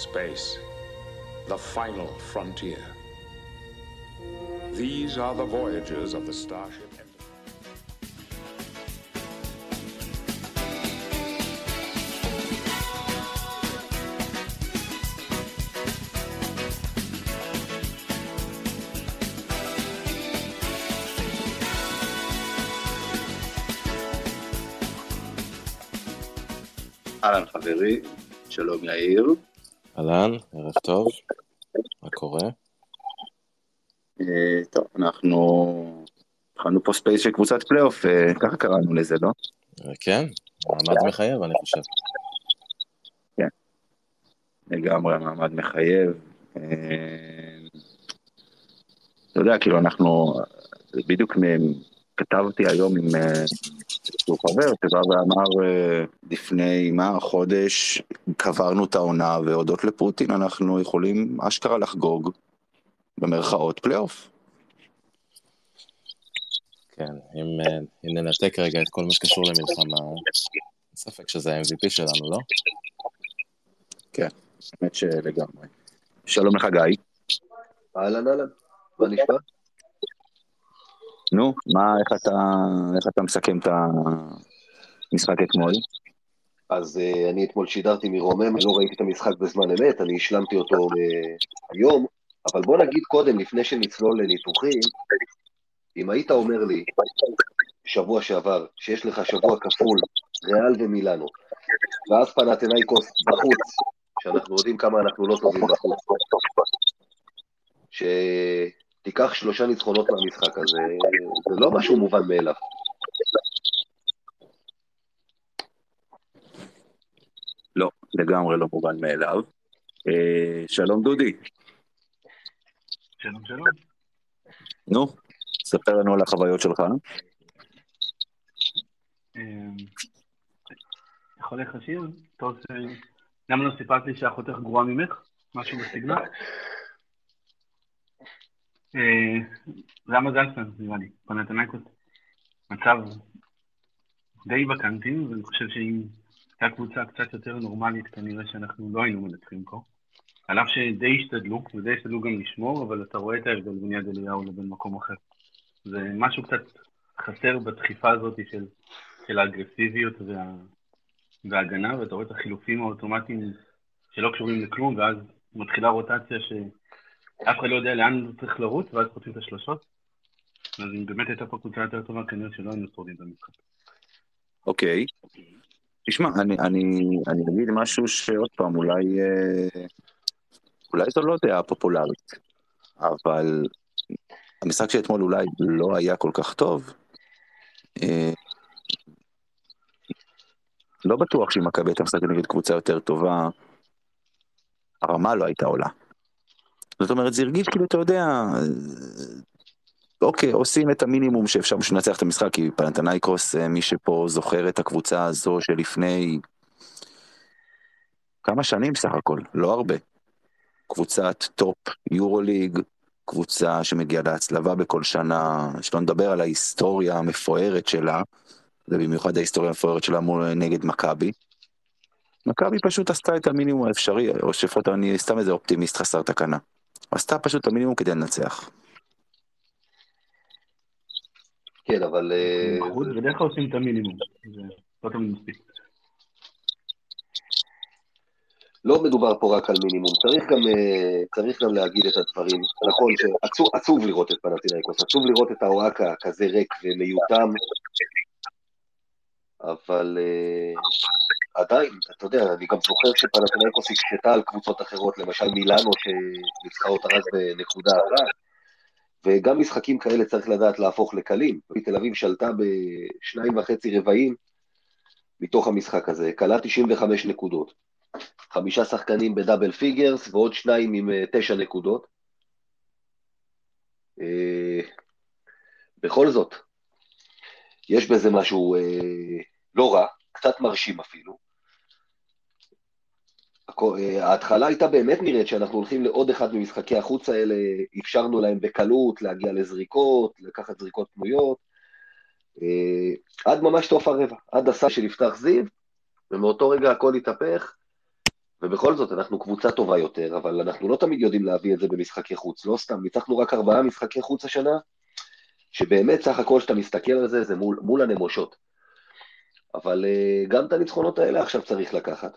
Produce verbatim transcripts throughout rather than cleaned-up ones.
Space, the final frontier. These are the voyages of the Starship Enterprise. אהלן חברי, שלום יאיר. אהלן, ערב טוב, מה קורה? אה, טוב, אנחנו התחלנו פה ספייס של קבוצת פלייאוף, אה, ככה קראנו לזה, לא? כן, מעמד מחייב אני חושב. כן, לגמרי מעמד מחייב. אה, אתה יודע, כאילו אנחנו, בדיוק כתבתי היום עם איזשהו חבר, שבא ואמר אה, לפני מה, חודש, קברנו את העונה, והודות לפוטין אנחנו יכולים אשכרה לחגוג במרכאות פלייאוף. כן, אם, אם ננתק רגע את כל מה שקשור למלחמה, ספק שזה ה-אם וי פי שלנו, לא? כן, באמת שלגמרי. שלום לך גיא. אהלן אהלן, מה נשמע? נו, מה, איך אתה, איך אתה מסכם את המשחק אתמול? אז uh, אני אתמול שידרתי מרומם, לא ראיתי את המשחק בזמן אמת, אני השלמתי אותו uh, היום, אבל בוא נגיד קודם, לפני שנצלול לניתוחים, אם היית אומר לי שבוע שעבר, שיש לך שבוע כפול, ריאל ומילאנו, ואז פנתינייקוס בחוץ, שאנחנו יודעים כמה אנחנו לא טובים בחוץ, שתיקח שלושה ניצחונות מהמשחק הזה, זה לא משהו מובן מאליו. לא, לגמרי לא מובן מאליו. אה, שלום דודי. שלום שלום. נו, ספר לנו על החוויות שלך. יכול לך שיר? טוב, למה לא סיפרת לי שאחותך גרועה ממך? משהו בסגנון? זה המזל שלנו, נראה לי, פנתינייקוס. מצב די בקנטים, ואני חושב שאם הייתה קבוצה קצת יותר נורמלית, כנראה שאנחנו לא היינו מנצחים פה. על אף שדי השתדלו, ודי השתדלו גם לשמור, אבל אתה רואה את ההבדל בין יד אליהו לבין מקום אחר. זה משהו קצת חסר בדחיפה הזאת של, של האגרסיביות וה, וההגנה, ואתה רואה את החילופים האוטומטיים שלא קשורים לכלום, ואז מתחילה רוטציה שאף אחד לא יודע לאן צריך לרוץ, ואז חוצים את השלושות. אז אם באמת הייתה פה קבוצה יותר טובה, כנראה שלא היינו שורדים במשחק. אוקיי. תשמע, אני, אני, אני אגיד משהו שעוד פעם, אולי, אולי זו לא דעה פופולרית, אבל המשחק שאתמול אולי לא היה כל כך טוב. לא בטוח שאם מכבי הייתה משחקת נגד קבוצה יותר טובה, הרמה לא הייתה עולה. זאת אומרת, זה הרגיש כאילו, אתה יודע, אוקיי, עושים את המינימום שאפשר בשביל לנצח את המשחק, כי פנתינייקוס, מי שפה זוכר את הקבוצה הזו שלפני כמה שנים סך הכל, לא הרבה. קבוצת טופ יורוליג, קבוצה שמגיעה להצלבה בכל שנה, שלא נדבר על ההיסטוריה המפוארת שלה, ובמיוחד ההיסטוריה המפוארת שלה מול נגד מכבי. מכבי פשוט עשתה את המינימום האפשרי, או שפות אני סתם איזה אופטימיסט חסר תקנה. עשתה פשוט את המינימום כדי לנצח. כן, אבל... בחוץ בדרך כלל עושים את המינימום, זה לא תמיד מספיק. לא מדובר פה רק על מינימום, צריך גם, צריך גם להגיד את הדברים. נכון שעצוב לראות את פנתינייקוס, עצוב לראות את האוהקה כזה ריק ומיותם, אבל עדיין, אתה יודע, אני גם זוכר שפנתינייקוס הקשתה על קבוצות אחרות, למשל מילאנו שניצחה אותה רק בנקודה אחת, וגם משחקים כאלה צריך לדעת להפוך לקלים. תל אביב שלטה בשניים וחצי רבעים מתוך המשחק הזה, קלה תשעים וחמש נקודות. חמישה שחקנים בדאבל פיגרס, ועוד שניים עם תשע נקודות. בכל זאת, יש בזה משהו לא רע, קצת מרשים אפילו. ההתחלה הייתה באמת נראית שאנחנו הולכים לעוד אחד ממשחקי החוץ האלה, אפשרנו להם בקלות להגיע לזריקות, לקחת זריקות פנויות, עד ממש תוף הרבע, עד הסל של יפתח זיו, ומאותו רגע הכל התהפך, ובכל זאת אנחנו קבוצה טובה יותר, אבל אנחנו לא תמיד יודעים להביא את זה במשחקי חוץ, לא סתם, ניצחנו רק ארבעה משחקי חוץ השנה, שבאמת סך הכל שאתה מסתכל על זה, זה מול, מול הנמושות. אבל uh, גם את הניצחונות האלה עכשיו צריך לקחת.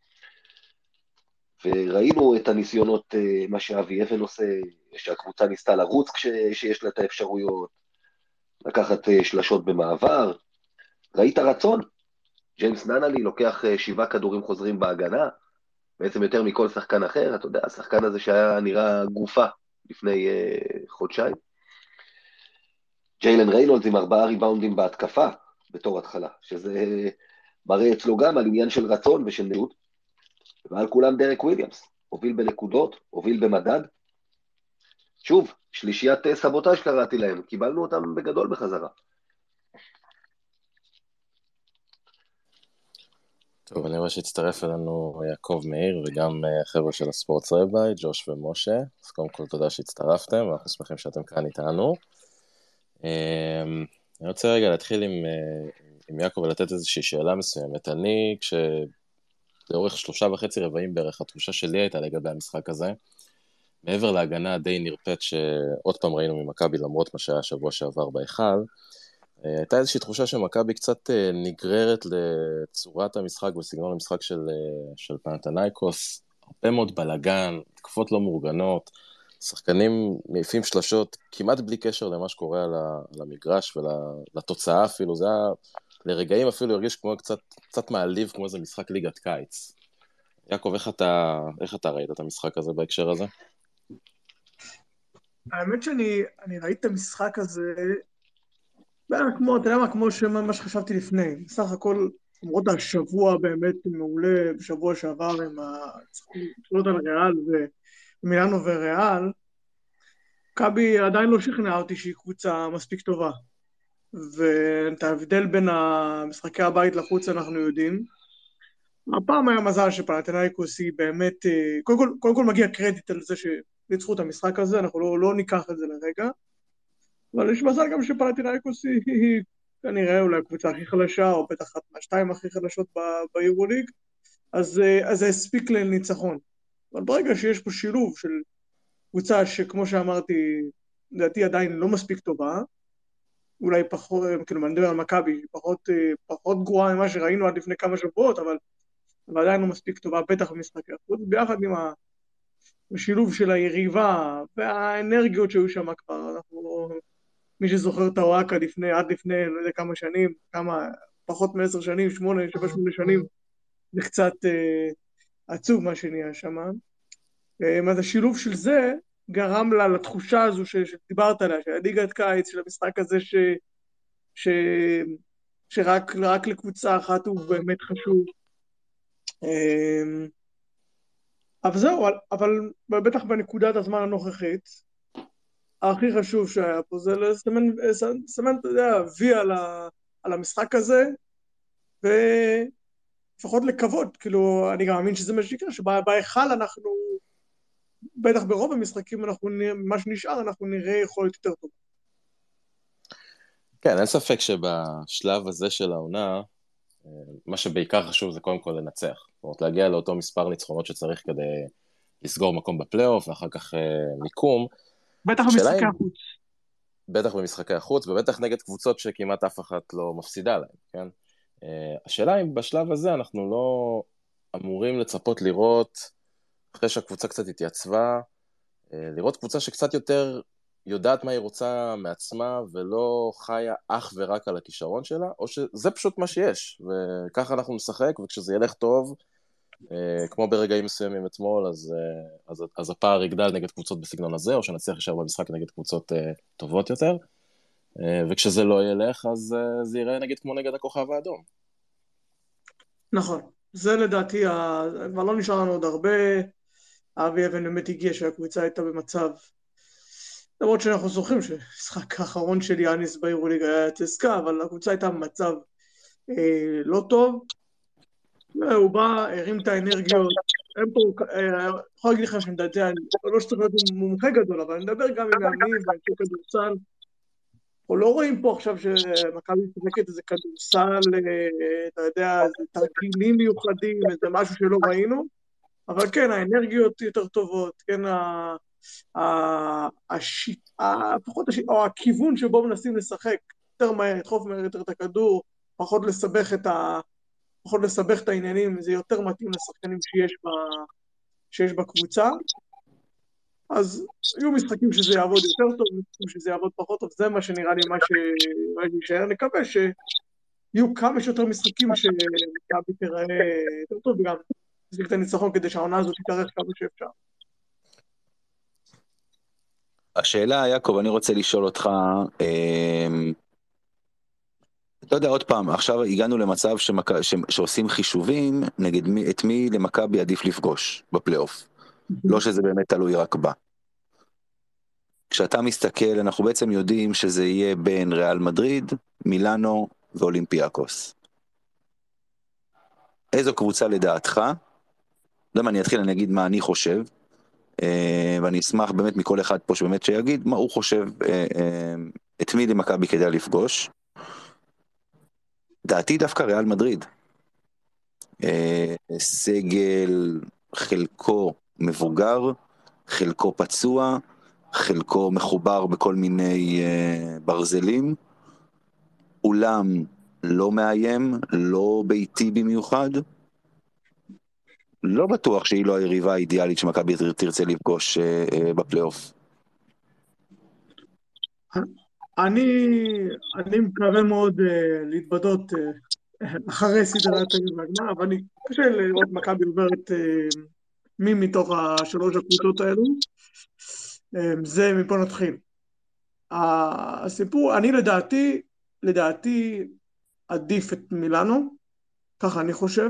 וראינו את הניסיונות, uh, מה שאבי אבן עושה, שהקבוצה ניסתה לרוץ כשיש לה את האפשרויות, לקחת uh, שלשות במעבר. ראית רצון? ג'יימס ננלי לוקח uh, שבעה כדורים חוזרים בהגנה, בעצם יותר מכל שחקן אחר, אתה יודע, השחקן הזה שהיה נראה גופה לפני uh, חודשיים. ג'יילן ריינולדס עם ארבעה ריבאונדים בהתקפה, בתור התחלה, שזה מראה אצלו גם על עניין של רצון ושל נאות, ועל כולם דרק וויליאמס, הוביל בנקודות, הוביל במדד. שוב, שלישיית סבוטאז' קראתי להם, קיבלנו אותם בגדול בחזרה. טוב, אני רואה שהצטרף אלינו יעקב מאיר, וגם חבר'ה של הספורט רביי, ג'וש ומשה, אז קודם כל תודה שהצטרפתם, ואנחנו שמחים שאתם כאן איתנו. אני רוצה רגע להתחיל עם, עם יעקב ולתת איזושהי שאלה מסוימת. אני, כשלאורך שלושה וחצי רבעים בערך, התחושה שלי הייתה לגבי המשחק הזה, מעבר להגנה די נרפאת שעוד פעם ראינו ממכבי למרות מה שהיה שבוע שעבר בהיכל, הייתה איזושהי תחושה שמכבי קצת נגררת לצורת המשחק וסגנון המשחק של, של פנתנייקוס, הרבה מאוד בלגן, תקפות לא מאורגנות, שחקנים מעיפים שלשות, כמעט בלי קשר למה שקורה על, ה, על המגרש ולתוצאה אפילו, זה היה, לרגעים אפילו הרגיש כמו קצת, קצת מעליב, כמו איזה משחק ליגת קיץ. יעקב, איך אתה, איך אתה ראית את המשחק הזה בהקשר הזה? האמת שאני אני ראיתי את המשחק הזה, כמו, אתה יודע מה, כמו מה שחשבתי לפני, בסך הכל, למרות השבוע באמת מעולה, בשבוע שעבר עם הצחולות על ריאל ומילאנו וריאל, מכבי עדיין לא שכנעה אותי שהיא קבוצה מספיק טובה. ואת ההבדל בין המשחקי הבית לחוץ אנחנו יודעים. הפעם היה מזל שפנתנייקוס היא באמת, קודם כל, קודם כל מגיע קרדיט על זה שניצחו את המשחק הזה, אנחנו לא, לא ניקח את זה לרגע. אבל יש מזל גם שפנתנייקוס היא, היא כנראה אולי הקבוצה הכי חלשה, או בטח אחת מהשתיים הכי חלשות ביורוליג, אז, אז זה הספיק לניצחון. אבל ברגע שיש פה שילוב של קבוצה שכמו שאמרתי, לדעתי עדיין לא מספיק טובה, אולי פחות, כאילו אני מדבר על מכבי, פחות, פחות גרועה ממה שראינו עד לפני כמה שבועות, אבל, אבל עדיין לא מספיק טובה, בטח במשחקי החוץ, ביחד עם השילוב של היריבה והאנרגיות שהיו שם כבר, אנחנו, מי שזוכר את הוואקה לפני, עד לפני, לא יודע כמה שנים, כמה, פחות מעשר שנים, שמונה, שבע, שמונה שנים, זה קצת אה, עצוב מה שנהיה שם. אה, אז השילוב של זה גרם לה לתחושה הזו ש, שדיברת עליה, של הליגת קיץ, של המשחק הזה ש, ש, שרק רק לקבוצה אחת הוא באמת חשוב. אה, אבל זהו, אבל, אבל בטח בנקודת הזמן הנוכחית, הכי חשוב שהיה פה זה לסמן, לסמן, אתה יודע, וי על, ה, על המשחק הזה, ולפחות לכבוד, כאילו, אני גם מאמין שזה מה שיקרה, שבהיכל אנחנו, בטח ברוב המשחקים, אנחנו, מה שנשאר, אנחנו נראה יכולת יותר טוב. כן, אין ספק שבשלב הזה של העונה, מה שבעיקר חשוב זה קודם כל לנצח. זאת אומרת, להגיע לאותו מספר ניצחונות שצריך כדי לסגור מקום בפלייאוף, ואחר כך מיקום, בטח במשחקי החוץ. בטח במשחקי החוץ, ובטח נגד קבוצות שכמעט אף אחת לא מפסידה להם, כן? השאלה אם בשלב הזה אנחנו לא אמורים לצפות לראות, אחרי שהקבוצה קצת התייצבה, לראות קבוצה שקצת יותר יודעת מה היא רוצה מעצמה, ולא חיה אך ורק על הכישרון שלה, או שזה פשוט מה שיש, וככה אנחנו נשחק, וכשזה ילך טוב, כמו ברגעים מסוימים אתמול, אז, אז, אז הפער יגדל נגד קבוצות בסגנון הזה, או שנצליח להישאר במשחק נגד קבוצות טובות יותר, וכשזה לא ילך, אז זה ייראה נגיד כמו נגד הכוכב האדום. נכון, זה לדעתי, כבר לא נשאר לנו עוד הרבה, אבי אבן באמת הגיע שהקבוצה הייתה במצב, למרות שאנחנו זוכרים שמשחק האחרון של יאניס ביורוליג היה צסקה, אבל הקבוצה הייתה במצב אה, לא טוב, הוא בא, הרים את האנרגיות, הם פה, אני יכול להגיד לך שמדעתי, לא שצריך להיות מומחה גדול, אבל אני מדבר גם עם מאמנים ואנשי כדורסל, אנחנו לא רואים פה עכשיו שמכבי משחקת איזה כדורסל, אתה יודע, איזה תרגילים מיוחדים, איזה משהו שלא ראינו, אבל כן, האנרגיות יותר טובות, כן, ה... ה... השיט... ה... פחות השיט... או הכיוון שבו מנסים לשחק יותר מהר, לדחוף מהר יותר את הכדור, פחות לסבך את ה... פחות לסבך את העניינים, זה יותר מתאים לשחקנים שיש, ב... שיש בקבוצה, אז יהיו משחקים שזה יעבוד יותר טוב, משחקים שזה יעבוד פחות טוב, זה מה שנראה לי מה שישאר, נקווה שיהיו כמה שיותר משחקים שמכבי תיראה יותר טוב, וגם תזיק את הניצחון כדי שהעונה הזאת תתארך כמה שאפשר. השאלה, יעקב, אני רוצה לשאול אותך, אתה יודע, עוד פעם, עכשיו הגענו למצב שמק... ש... שעושים חישובים נגד מי, את מי למכבי עדיף לפגוש בפלייאוף. לא שזה באמת תלוי רק בה. כשאתה מסתכל, אנחנו בעצם יודעים שזה יהיה בין ריאל מדריד, מילאנו ואולימפיאקוס. איזו קבוצה לדעתך? לא יודע, אני אתחיל, אני אגיד מה אני חושב, ואני אשמח באמת מכל אחד פה שבאמת שיגיד מה הוא חושב, את מי למכבי כדאי לפגוש. דעתי דווקא ריאל מדריד. סגל חלקו מבוגר, חלקו פצוע, חלקו מחובר בכל מיני ברזלים, אולם לא מאיים, לא ביתי במיוחד, לא בטוח שהיא לא היריבה האידיאלית שמכבי תרצה לפגוש בפלייאוף. אני, אני מקווה מאוד להתבדות אחרי סדרת הגמר, אבל אני קשה לראות מכבי עוברת מי מתוך השלוש הקבוצות האלו. זה מפה נתחיל. הסיפור, אני לדעתי, לדעתי עדיף את מילאנו, ככה אני חושב.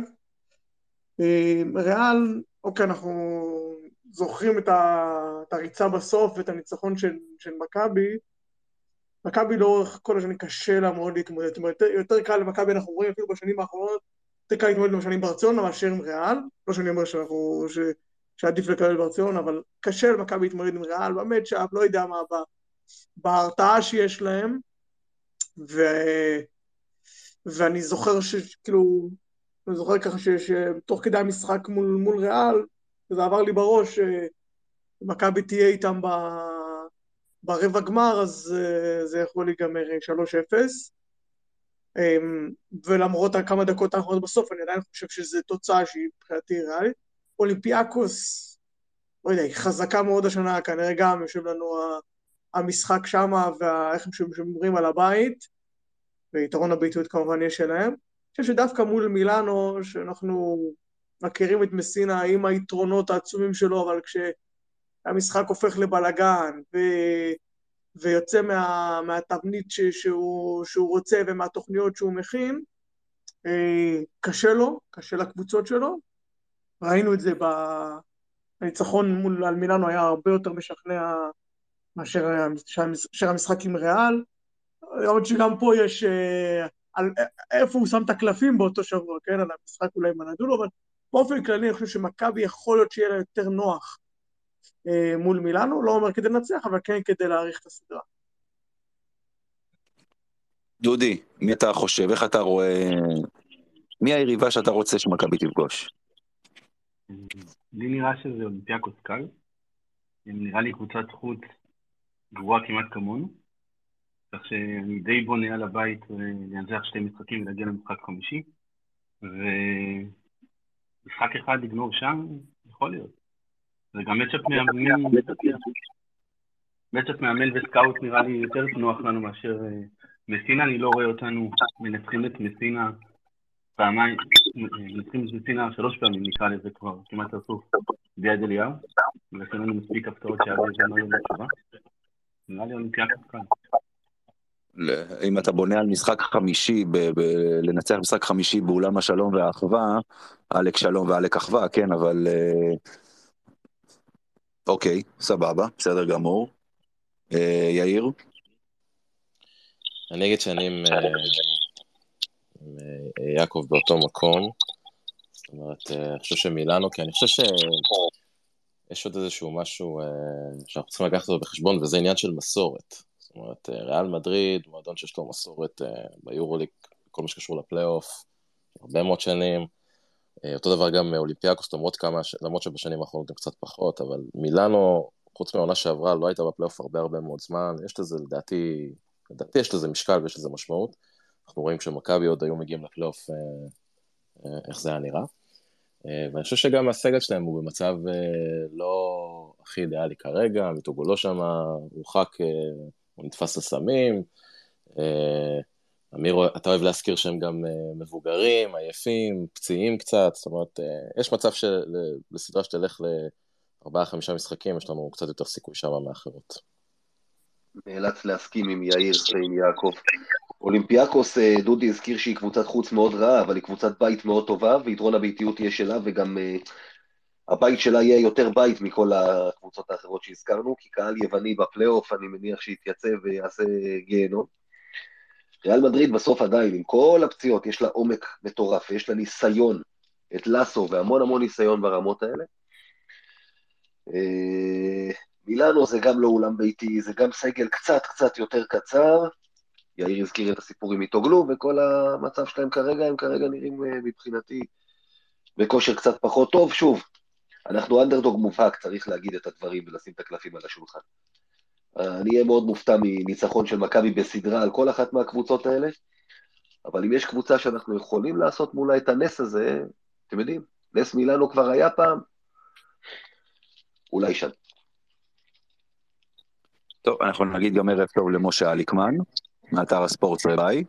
ריאל, אוקיי, אנחנו זוכרים את הריצה בסוף ואת הניצחון של, של מכבי. מכבי לאורך כל השנים קשה לה מאוד להתמודד, זאת אומרת, יותר קל למכבי, אנחנו רואים אפילו בשנים האחרונות, יותר קל להתמודד למשל עם ברצלונה מאשר עם ריאל, לא שאני אומר שאנחנו, ש, שעדיף לקבל ברצלונה, אבל קשה למכבי להתמודד עם ריאל, באמת שאף לא יודע מה, בהרתעה שיש להם, ו, ואני זוכר שכאילו, אני זוכר ככה שתוך כדי המשחק מול, מול ריאל, זה עבר לי בראש, מכבי תהיה איתם ב... ברבע גמר, אז זה יכול להיגמר שלוש אפס, ולמרות כמה דקות האחרונות בסוף, אני עדיין חושב שזו תוצאה שהיא מבחינתי ריאלית. אולימפיאקוס, לא יודע, היא חזקה מאוד השנה, כנראה גם יושב לנו המשחק שם, ואיך הם שומרים על הבית, ויתרון הביתיות כמובן יש שלהם. אני חושב שדווקא מול מילאנו, שאנחנו מכירים את מסינה עם היתרונות העצומים שלו, אבל כש... המשחק הופך לבלגן, ו... ויוצא מה... מהתבנית ש... שהוא... שהוא רוצה ומהתוכניות שהוא מכין, קשה לו, קשה לקבוצות שלו. ראינו את זה בניצחון מול על מילאנו, היה הרבה יותר משכנע מאשר המשחק עם ריאל. למרות שגם פה יש, על... איפה הוא שם את הקלפים באותו שבוע, כן? על המשחק אולי מנדו לו, אבל באופן כללי אני חושב שמכבי יכול להיות שיהיה לה יותר נוח, מול מילאנו, לא אומר כדי לנצח, אבל כן כדי להאריך את הסדרה. דודי, מי אתה חושב? איך אתה רואה? מי היריבה שאתה רוצה שמכבי תפגוש? לי נראה שזה אולימפיאקוס קל. נראה לי קבוצת חוץ גרועה כמעט כמונו. כך שאני די בונה על הבית לנצח שתי משחקים ולהגיע למשחק חמישי. ומשחק אחד לגנוב שם, יכול להיות. זה גם מצ'אפ מאמן, מצ'אפ מאמן וסקאוט נראה לי יותר נוח לנו מאשר מסינה. אני לא רואה אותנו מנצחים את מסינה פעמיים, מנצחים את מסינה שלוש פעמים, נקרא לזה כבר, כמעט הרסוף ביד אליהו, ולעשות לנו מספיק הפתעות שהיה בזה מראים לתשובה. נראה לי אולימפיאקוס כאן. אם אתה בונה על משחק חמישי, לנצח משחק חמישי באולם השלום והאחווה, עלק שלום ועלק אחווה, כן, אבל... אוקיי, סבבה, בסדר גמור. אה, יאיר? אני אגיד שאני עם, עם יעקב באותו מקום. זאת אומרת, אני חושב שמילאנו, כי אני חושב שיש עוד איזשהו משהו שאנחנו צריכים לקחת אותו בחשבון, וזה עניין של מסורת. זאת אומרת, ריאל מדריד, מועדון שיש לו מסורת ביורוליג, כל מה שקשור לפלייאוף, הרבה מאוד שנים. אותו דבר גם אולימפיאקוס, למרות כמה, למרות שבשנים האחרונות הם קצת פחות, אבל מילאנו, חוץ מהעונה שעברה, לא הייתה בפלייאוף הרבה הרבה מאוד זמן, יש לזה לדעתי, לדעתי יש לזה משקל ויש לזה משמעות, אנחנו רואים שמכבי עוד היו מגיעים לפלייאוף, איך זה היה נראה, ואני חושב שגם הסגל שלהם הוא במצב לא הכי אידיאלי כרגע, מיטוגו לא שם, הוא חק, הוא נתפס לסמים, אמיר, אתה אוהב להזכיר שהם גם מבוגרים, עייפים, פציעים קצת, זאת אומרת, יש מצב שלסדרה שתלך לארבעה, חמישה משחקים, יש לנו קצת יותר סיכוי שם מאחרות. נאלץ להסכים עם יאיר ועם יעקב. אולימפיאקוס, דודי הזכיר שהיא קבוצת חוץ מאוד רעה, אבל היא קבוצת בית מאוד טובה, ויתרון הביתיות יהיה שלה, וגם הבית שלה יהיה יותר בית מכל הקבוצות האחרות שהזכרנו, כי קהל יווני בפלייאוף, אני מניח שיתייצב ויעשה גיהנום. ריאל מדריד בסוף עדיין, עם כל הפציעות, יש לה עומק מטורף, יש לה ניסיון, את לסו, והמון המון ניסיון ברמות האלה. מילאנו זה גם לא אולם ביתי, זה גם סגל קצת קצת יותר קצר, יאיר הזכיר את הסיפור עם איתוגלו, וכל המצב שלהם כרגע, הם כרגע נראים מבחינתי בכושר קצת פחות טוב. שוב, אנחנו אנדרדוג מובהק, צריך להגיד את הדברים ולשים את הקלפים על השולחן. אני אהיה מאוד מופתע מניצחון של מכבי בסדרה על כל אחת מהקבוצות האלה, אבל אם יש קבוצה שאנחנו יכולים לעשות מולה את הנס הזה, אתם יודעים, נס מילאנו כבר היה פעם, אולי שם. טוב, אנחנו נגיד גם ערב טוב למשה אליקמן, מאתר הספורט רביי.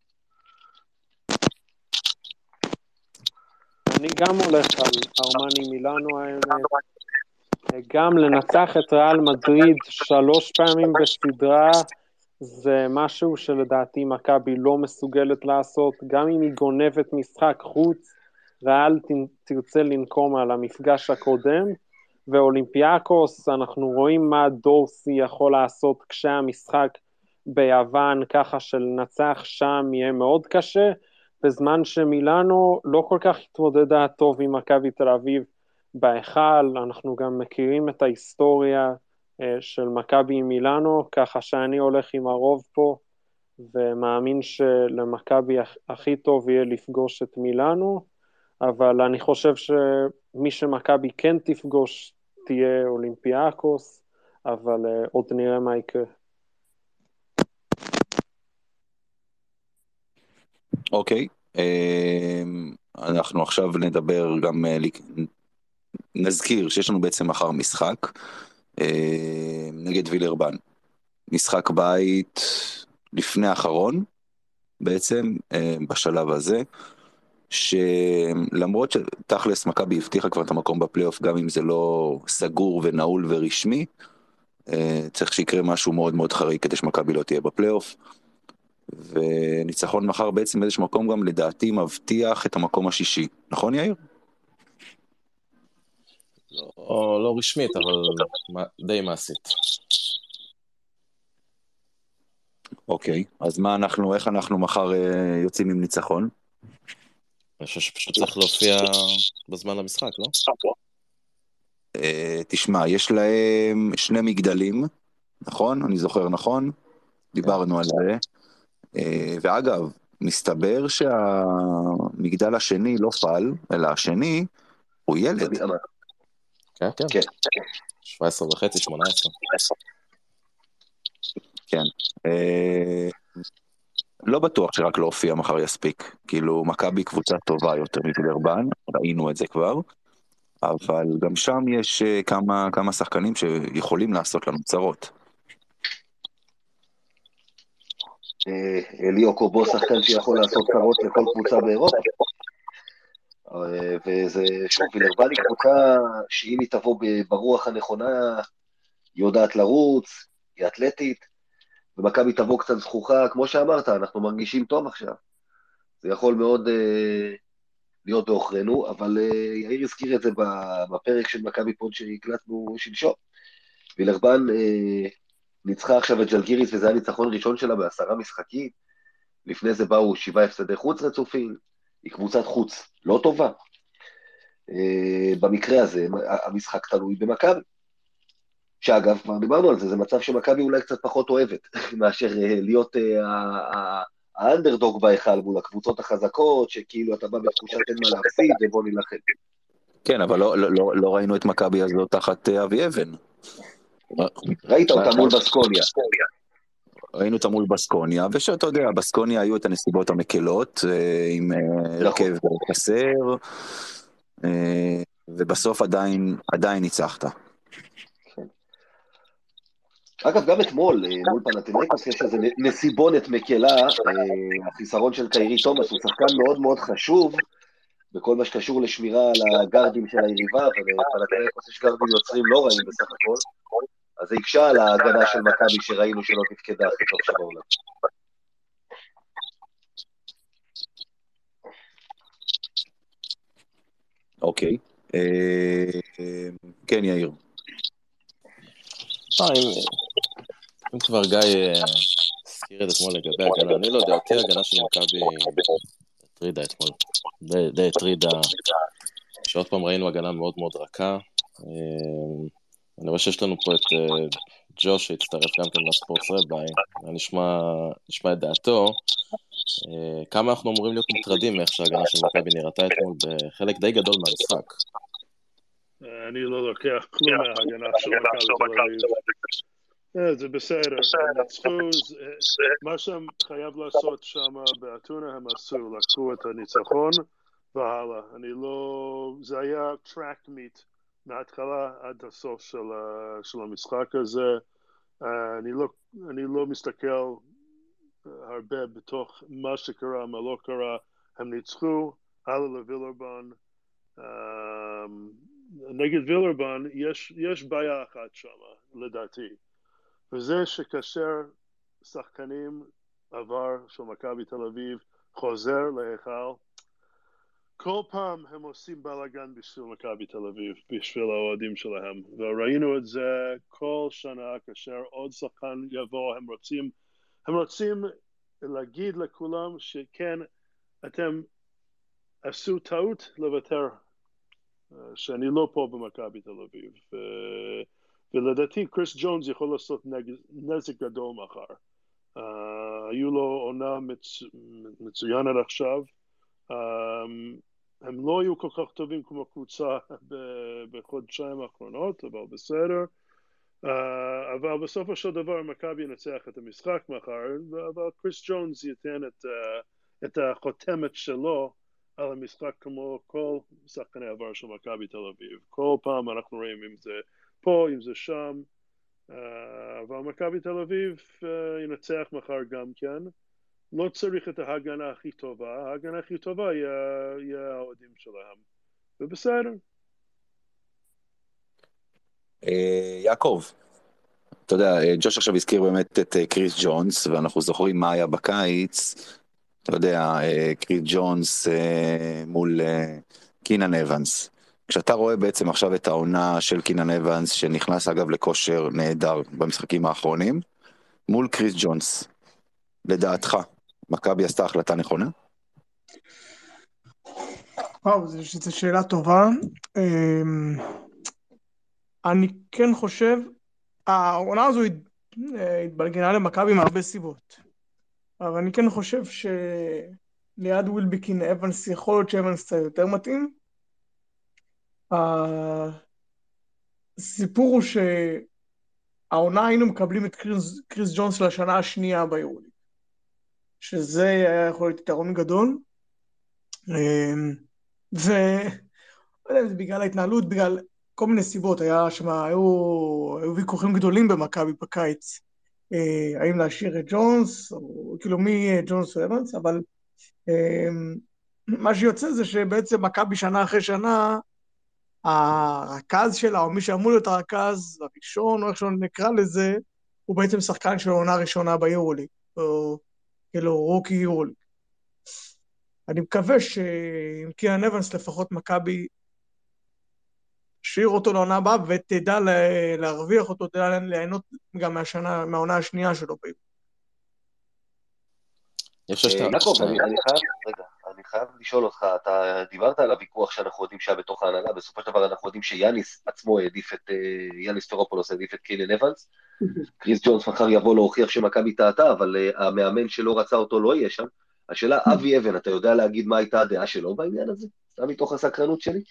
אני גם הולך על ארמני מילאנו האמת, גם לנצח את ריאל מדריד שלוש פעמים בסדרה, זה משהו שלדעתי מכבי לא מסוגלת לעשות, גם אם היא גונבת משחק חוץ, ריאל תרצה לנקום על המפגש הקודם, ואולימפיאקוס, אנחנו רואים מה דורסי יכול לעשות כשהמשחק ביוון, ככה שלנצח שם יהיה מאוד קשה, בזמן שמילאנו לא כל כך התמודדה טוב עם מכבי תל אביב בהיכל, אנחנו גם מכירים את ההיסטוריה של מכבי עם מילאנו, ככה שאני הולך עם הרוב פה, ומאמין שלמכבי הכי טוב יהיה לפגוש את מילאנו, אבל אני חושב שמי שמכבי כן תפגוש תהיה אולימפיאקוס, אבל עוד נראה מה יקרה. אוקיי, אנחנו עכשיו נדבר גם, נזכיר שיש לנו בעצם מחר משחק נגד וילרבן, משחק בית לפני האחרון בעצם בשלב הזה, שלמרות שתכלס מכבי הבטיחה כבר את המקום בפלייאוף, גם אם זה לא סגור ונעול ורשמי, צריך שיקרה משהו מאוד מאוד חריג כדי שמכבי לא תהיה בפלייאוף, וניצחון מחר בעצם באיזשהו מקום גם לדעתי מבטיח את המקום השישי, נכון יאיר? לא, לא רשמית, אבל די מעשית. אוקיי, אז מה אנחנו, איך אנחנו מחר יוצאים עם ניצחון? אני חושב שפשוט צריך להופיע בזמן למשחק, לא? תשמע, יש להם שני מגדלים, נכון? אני זוכר נכון? דיברנו על זה. ואגב, מסתבר שהמגדל השני לא פעל, אלא השני הוא ילד. כן, כן. שבע עשרה וחצי, שמונה עשרה. כן. לא בטוח שרק לא הופיע מחר יספיק. כאילו, מכבי קבוצה טובה יותר מוילרבן, ראינו את זה כבר, אבל גם שם יש כמה, כמה שחקנים שיכולים לעשות לנו צרות. אליו קובו שחקן שיכול לעשות צרות לכל קבוצה באירופה, וזה שוב, וילרבן היא קבוצה שאם היא תבוא ברוח הנכונה, היא יודעת לרוץ, היא אתלטית, ומכבי תבוא קצת זכוכה, כמו שאמרת, אנחנו מרגישים טוב עכשיו, זה יכול מאוד uh, להיות באוכרנו, אבל uh, יאיר הזכיר את זה בפרק של מכבי פוד שהקלטנו שלשום, וילרבן uh, ניצחה עכשיו את ג'לגיריס, וזה היה ניצחון ראשון שלה בעשרה משחקים, לפני זה באו שבעה הפסדי חוץ רצופים, היא קבוצת חוץ לא טובה, uh, במקרה הזה המשחק תלוי במכבי, שאגב, כבר דיברנו על זה, זה מצב שמכבי אולי קצת פחות אוהבת, מאשר להיות האנדרדוג בהיכל מול הקבוצות החזקות, שכאילו אתה בא בתחושת אין מה להפסיד, ובוא נלחם. כן, אבל לא, לא, לא, לא ראינו את מכבי הזאת תחת אה, אבי אבן. ראית אותה מול בסקוניה. ראינו אותה מול בסקוניה, ושאתה יודע, בסקוניה היו את הנסיבות המקלות, אה, עם אה, הרכב חסר, אה, ובסוף עדיין, עדיין ניצחת. אגב, גם אתמול, מול פנתינייקוס, יש איזו נסיבונת מקלה, החיסרון של קיירי תומאס הוא שחקן מאוד מאוד חשוב, בכל מה שקשור לשמירה על הגרדים של היריבה, ולפנתינייקוס יש גרדים יוצרים לא רעים בסך הכל, אז זה יקשה על ההגנה של מכבי שראינו שלא תפקדה הכי טוב שבעולם. אוקיי. כן, יאיר. אם כבר גיא הזכיר את אתמול לגבי הגנה, אני לא יודע, אותי הגנה של מכבי הטרידה אתמול, די הטרידה, שעוד פעם ראינו הגנה מאוד מאוד רכה, אני רואה שיש לנו פה את ג'וש שהצטרף גם כן לספורט רביי, נשמע את דעתו, כמה אנחנו אמורים להיות מוטרדים מאיך שההגנה של מכבי נראתה אתמול בחלק די גדול מהמשחק. אני לא לוקח כלום מההגנה של מכבי תל אביב. זה בסדר, הם ניצחו, מה שהם חייב לעשות שם באתונה הם עשו, לקחו את הניצחון והלאה. אני לא, זה היה טראק מיט מההתחלה עד הסוף של, של המשחק הזה. אני לא, אני לא מסתכל הרבה בתוך מה שקרה, מה לא קרה. הם ניצחו, הלאה לווילרבן. נגד וילרבן יש, יש בעיה אחת שם, לדעתי. וזה שכאשר שחקנים עבר של מכבי תל אביב חוזר להיכל, כל פעם הם עושים בלגן בשביל מכבי תל אביב, בשביל האוהדים שלהם. וראינו את זה כל שנה כאשר עוד שחקן יבוא, הם רוצים, הם רוצים להגיד לכולם שכן, אתם עשו טעות לוותר, שאני לא פה במכבי תל אביב. ו... ולדעתי קריס ג'ונס יכול לעשות נזק גדול מחר. Uh, היו לו עונה מצ... מצוין עד עכשיו. Um, הם לא היו כל כך טובים כמו קבוצה ב- בחודשיים האחרונות, אבל בסדר. Uh, אבל בסופו של דבר מכבי ינצח את המשחק מחר, אבל קריס ג'ונס ייתן את, uh, את החותמת שלו על המשחק כמו כל שחקני עבר של מכבי תל אביב. כל פעם אנחנו רואים אם זה פה, אם זה שם, uh, אבל מכבי תל אביב uh, ינצח מחר גם כן. לא צריך את ההגנה הכי טובה, ההגנה הכי טובה יהיה האוהדים שלהם, ובסדר. יעקב, אתה יודע, ג'וש עכשיו הזכיר באמת את קריס ג'ונס, ואנחנו זוכרים מה היה בקיץ, אתה יודע, קריס ג'ונס מול קינן אבנס. כשאתה רואה בעצם עכשיו את העונה של קינן אבנס, שנכנס אגב לכושר נהדר במשחקים האחרונים, מול קריס ג'ונס, לדעתך, מכבי עשתה החלטה נכונה? וואו, זו שאלה טובה. אני כן חושב, העונה הזו התבלגנה למכבי מהרבה סיבות, אבל אני כן חושב שליד ווילבקין אבנס יכול להיות שאבנס קצת יותר מתאים. הסיפור הוא שהעונה היינו מקבלים את קריס, קריס ג'ונס לשנה השנייה ביורוליג, שזה היה יכול להיות יתרון גדול, ו... לא יודע, זה בגלל ההתנהלות, בגלל כל מיני סיבות, היה שמה, היו, היו ויכוחים גדולים במכבי בקיץ, האם להשאיר את ג'ונס, או כאילו מי ג'ונס או אבנס, אבל מה שיוצא זה שבעצם מכבי שנה אחרי שנה, הרכז שלה, או מי שאמור להיות הרכז הראשון, או איך שלא נקרא לזה, הוא בעצם שחקן של העונה הראשונה ביורוליג, או כאילו רוקי יורוליג. אני מקווה שעם קינן אבנס לפחות מכבי תשאיר אותו לעונה הבאה, ותדע להרוויח אותו, תדע ליהנות גם מהשנה, מהעונה השנייה שלו. יעקב, אני חייב, רגע, אני חייב לשאול אותך, אתה דיברת על הוויכוח שאנחנו יודעים שהיה בתוך ההנהלה, בסופו של דבר אנחנו יודעים שיאניס עצמו העדיף את, יאניס טרופולוס העדיף את קינן אבנס, קריס ג'ונס מחר יבוא להוכיח שמכבי טעתה, אבל uh, המאמן שלא רצה אותו לא יהיה שם. השאלה, אבי אבן, אתה יודע להגיד מה הייתה הדעה שלו בעניין הזה? סתם מתוך הסקרנות שלי?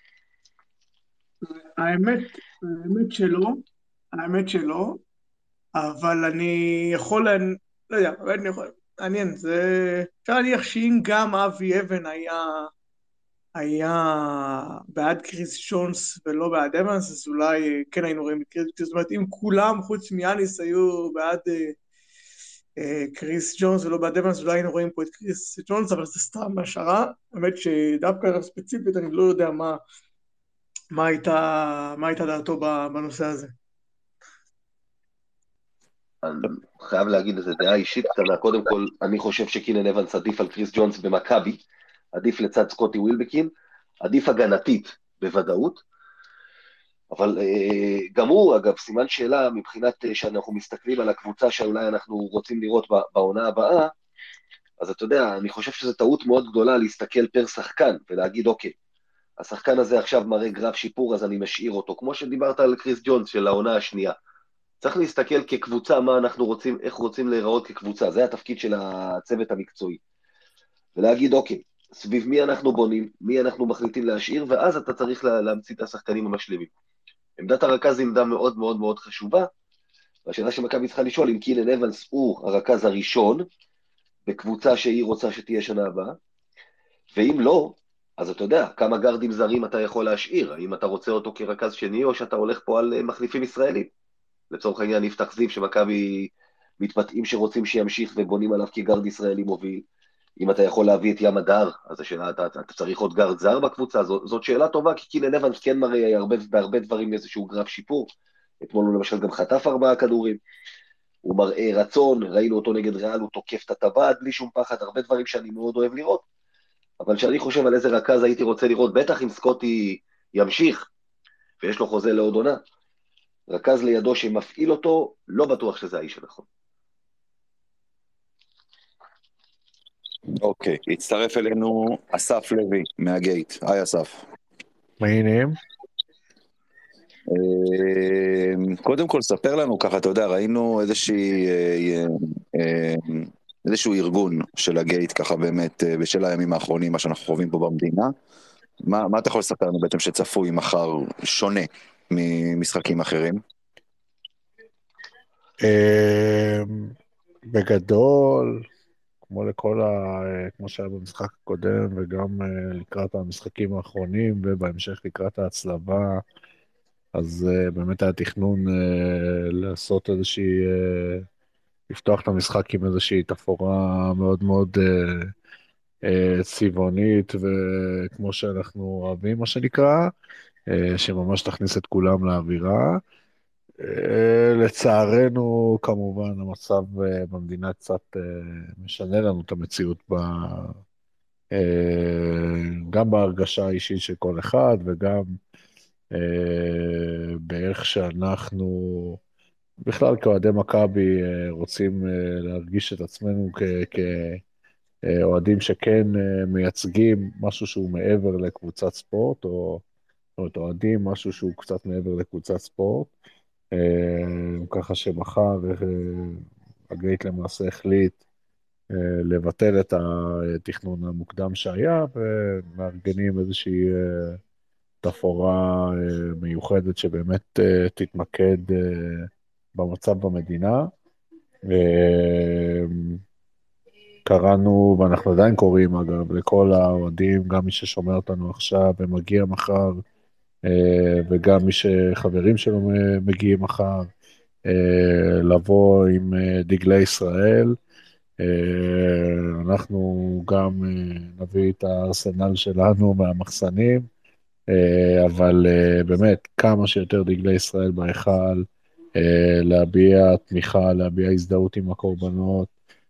האמת, האמת שלא, האמת שלא, אבל אני יכול, להנ- לא יודע, אבל אני יכול, מעניין, זה, אפשר להניח שאם גם אבי אבן היה, היה בעד קריס ג'ונס ולא בעד אבנס, אז אולי כן היינו רואים את קריס ג'ונס, זאת אומרת, אם כולם חוץ מיאניס היו בעד אה, אה, קריס ג'ונס ולא בעד אבנס, אולי היינו רואים פה את קריס ג'ונס, אבל זה סתם השערה, האמת שדווקא ספציפית אני לא יודע מה, מה הייתה, מה הייתה דעתו בנושא הזה. אני חייב להגיד איזה דעה אישית קטנה. קודם כל, אני חושב שקינן אבנס עדיף על קריס ג'ונס במכבי, עדיף לצד סקוטי ווילבקין, עדיף הגנתית בוודאות, אבל אה, גם הוא, אגב, סימן שאלה מבחינת אה, שאנחנו מסתכלים על הקבוצה שאולי אנחנו רוצים לראות בעונה הבאה, אז אתה יודע, אני חושב שזו טעות מאוד גדולה להסתכל פר שחקן ולהגיד, אוקיי, השחקן הזה עכשיו מראה גרף שיפור, אז אני משאיר אותו, כמו שדיברת על קריס ג'ונס של העונה השנייה. צריך להסתכל כקבוצה מה אנחנו רוצים, איך רוצים להיראות כקבוצה, זה התפקיד של הצוות המקצועי. ולהגיד, אוקיי, סביב מי אנחנו בונים, מי אנחנו מחליטים להשאיר, ואז אתה צריך לה, להמציא את השחקנים המשלימים. עמדת הרכז היא עמדה מאוד מאוד מאוד חשובה, והשאלה שמכבי צריכה לשאול, אם קינן אבנס הוא הרכז הראשון, בקבוצה שהיא רוצה שתהיה שנה הבאה, ואם לא, אז אתה יודע, כמה גרדים זרים אתה יכול להשאיר, האם אתה רוצה אותו כרכז שני, או שאתה הולך פה על מחליפים ישראלים. לצורך העניין יפתח זיו שמכבי מתפתעים שרוצים שימשיך ובונים עליו כגרד ישראלי מוביל. אם אתה יכול להביא את ים הדר, אז השאלה, אתה, אתה צריך עוד גרד זר בקבוצה, זאת, זאת שאלה טובה, כי קינן אבנס כן מראה הרבה, בהרבה דברים איזשהו גרף שיפור. אתמול הוא למשל גם חטף ארבעה כדורים, הוא מראה רצון, ראינו אותו נגד ריאל, הוא תוקף את הטבעת בלי שום פחד, הרבה דברים שאני מאוד אוהב לראות, אבל שאני חושב על איזה רכז הייתי רוצה לראות, בטח אם סקוטי ימשיך, ויש לו חוזה לעוד עונה, רכז לידו שמפעיל אותו, לא בטוח שזה האיש הנכון. אוקיי, הצטרף אלינו אסף לוי מהגייט. היי אסף. מה העניינים? קודם כל ספר לנו ככה, אתה יודע, ראינו איזושהי, איזשהו ארגון של הגייט ככה באמת בשל הימים האחרונים, מה שאנחנו חווים פה במדינה. מה, מה אתה יכול לספר לנו בעצם שצפוי מחר שונה ממשחקים אחרים? בגדול, כמו לכל ה... כמו שהיה במשחק הקודם, וגם לקראת המשחקים האחרונים, ובהמשך לקראת ההצלבה, אז באמת היה תכנון לעשות איזושהי, לפתוח את המשחק עם איזושהי תפאורה מאוד מאוד צבעונית, וכמו שאנחנו אוהבים, מה שנקרא, שממש תכניס את כולם לאווירה. לצערנו, כמובן, המצב במדינה קצת משנה לנו את המציאות, ב... גם בהרגשה האישית של כל אחד, וגם באיך שאנחנו, בכלל כאוהדי מכבי, רוצים להרגיש את עצמנו כאוהדים שכן מייצגים משהו שהוא מעבר לקבוצת ספורט, או אוהדים משהו שהוא קצת מעבר לקבוצת ספורט. ככה שמחר הגייט למעשה החליט לבטל את התכנון המוקדם שהיה, ומארגנים איזושהי תפאורה מיוחדת שבאמת תתמקד במצב במדינה. קראנו, ואנחנו עדיין קוראים אגב, לכל האוהדים, גם מי ששומע אותנו עכשיו ומגיע מחר, וגם מי שחברים שלו מגיעים מחר, לבוא עם דגלי ישראל. אנחנו גם נביא את הארסנל שלנו מהמחסנים, אבל באמת כמה שיותר דגלי ישראל בהיכל, להביע תמיכה, להביע הזדהות עם הקורבנות,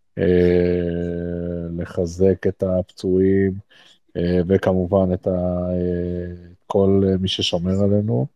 לחזק את הפצועים, וכמובן את כל מי ששומר עלינו.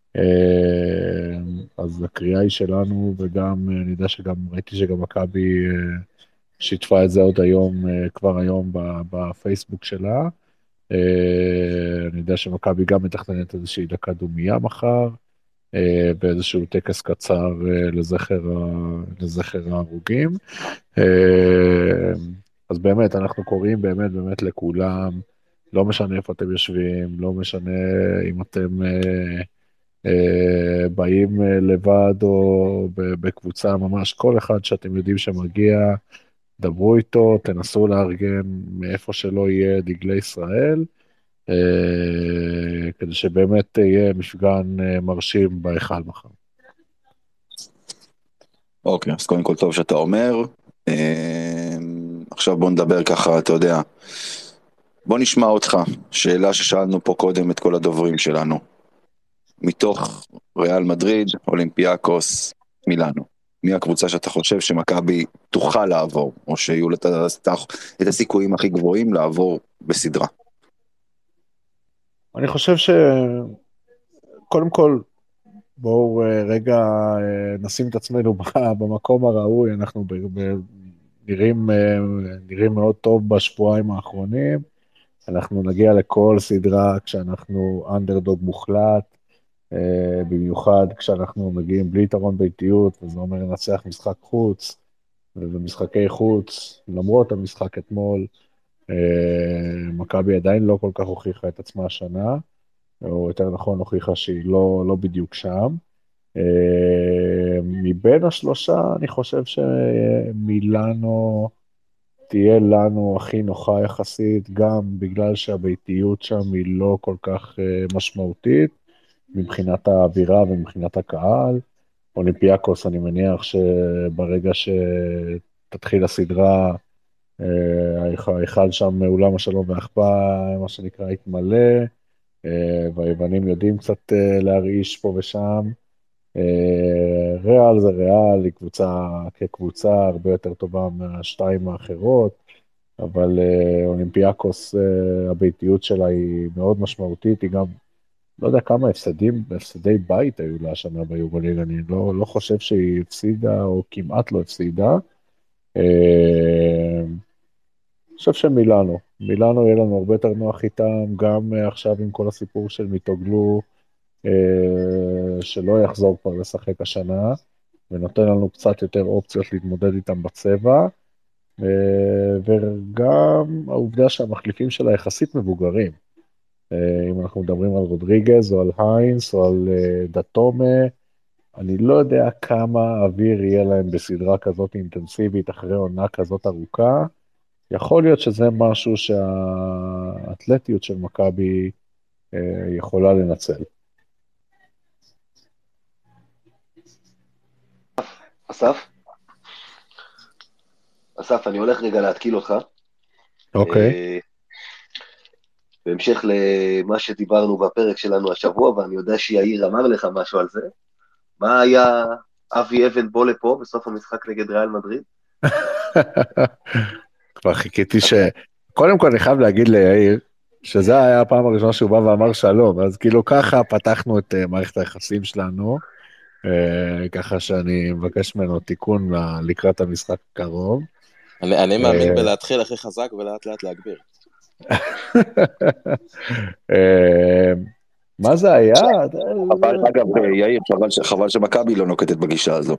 אז הקריאה היא שלנו, וגם אני יודע שגם ראיתי שגם מכבי שיתפה את זה עוד היום, כבר היום בפייסבוק שלה. אני יודע שמכבי גם מתכננת איזושהי דקה דומייה מחר, אה, באיזשהו טקס קצר אה, לזכר, ה- לזכר ההרוגים. אה, אז באמת, אנחנו קוראים באמת באמת לכולם, לא משנה איפה אתם יושבים, לא משנה אם אתם אה, אה, באים אה, לבד או ב- בקבוצה ממש, כל אחד שאתם יודעים שמגיע, דברו איתו, תנסו לארגן מאיפה שלא יהיה דגלי ישראל, אה, כדי שבאמת יהיה מפגן אה, מרשים בהיכל מחר. אוקיי, אז קודם כל טוב שאתה אומר. אה, עכשיו בוא נדבר ככה, אתה יודע, בוא נשמע אותך. שאלה ששאלנו פה קודם את כל הדוברים שלנו. מתוך ריאל מדריד, אולימפיאקוס, מילאנו. מי הקבוצה שאתה חושב שמכבי תוכל לעבור, או שיהיו לה את הסיכויים הכי גבוהים לעבור בסדרה? אני חושב שקודם כל, בואו אה, רגע אה, נשים את עצמנו ב- במקום הראוי, אנחנו ב- ב- נראים, אה, נראים מאוד טוב בשבועיים האחרונים, אנחנו נגיע לכל סדרה כשאנחנו אנדרדוג מוחלט, אה, במיוחד כשאנחנו מגיעים בלי יתרון ביתיות, וזה אומר לנצח משחק חוץ, ובמשחקי חוץ, למרות המשחק אתמול, אה, מכבי עדיין לא כל כך הוכיחה את עצמה השנה, או יותר נכון הוכיחה שהיא לא, לא בדיוק שם. אה, מבין השלושה, אני חושב שמילאנו תהיה לנו הכי נוחה יחסית, גם בגלל שהביתיות שם היא לא כל כך אה, משמעותית, מבחינת האווירה ומבחינת הקהל. אולימפיאקוס, אני מניח שברגע שתתחיל הסדרה, אה, ההיכל שם, אולם השלום והאחווה, מה שנקרא, יתמלא, אה, והיוונים יודעים קצת אה, להרעיש פה ושם. אה, ריאל זה ריאל, היא קבוצה כקבוצה הרבה יותר טובה מהשתיים האחרות, אבל אה, אולימפיאקוס, אה, הביתיות שלה היא מאוד משמעותית, היא גם, לא יודע כמה הפסדים, הפסדי בית היו לה השנה ביורוליג, אני לא, לא חושב שהיא הפסידה או כמעט לא הפסידה. אה, אני חושב שמילאנו, מילאנו יהיה לנו הרבה יותר נוח איתם, גם אה, עכשיו עם כל הסיפור של מיטוגלו, אה, שלא יחזור כבר לשחק השנה, ונותן לנו קצת יותר אופציות להתמודד איתם בצבע, אה, וגם העובדה שהמחליפים שלה יחסית מבוגרים. אה, אם אנחנו מדברים על רודריגז או על היינס או על אה, דתומה, אני לא יודע כמה אוויר יהיה להם בסדרה כזאת אינטנסיבית אחרי עונה כזאת ארוכה. יכול להיות שזה משהו שהאתלטיות של מכבי אה, יכולה לנצל. אסף? אסף, אני הולך רגע להתקיל אותך. אוקיי. אה, בהמשך למה שדיברנו בפרק שלנו השבוע, ואני יודע שיאיר אמר לך משהו על זה. מה היה אבי אבן בוא לפה בסוף המשחק נגד ריאל מדריד? כבר חיכיתי ש... קודם כל אני חייב להגיד ליאיר, שזה היה הפעם הראשונה שהוא בא ואמר שלום, אז כאילו ככה פתחנו את uh, מערכת היחסים שלנו, uh, ככה שאני מבקש ממנו תיקון ל- לקראת המשחק הקרוב. אני, אני מאמין אה, בלהתחיל הכי חזק ולאט לאט להגביר. אה, מה זה היה? אבל אגב, יאיר, חבל ש- חבל שמכבי לא נוקטת בגישה הזו.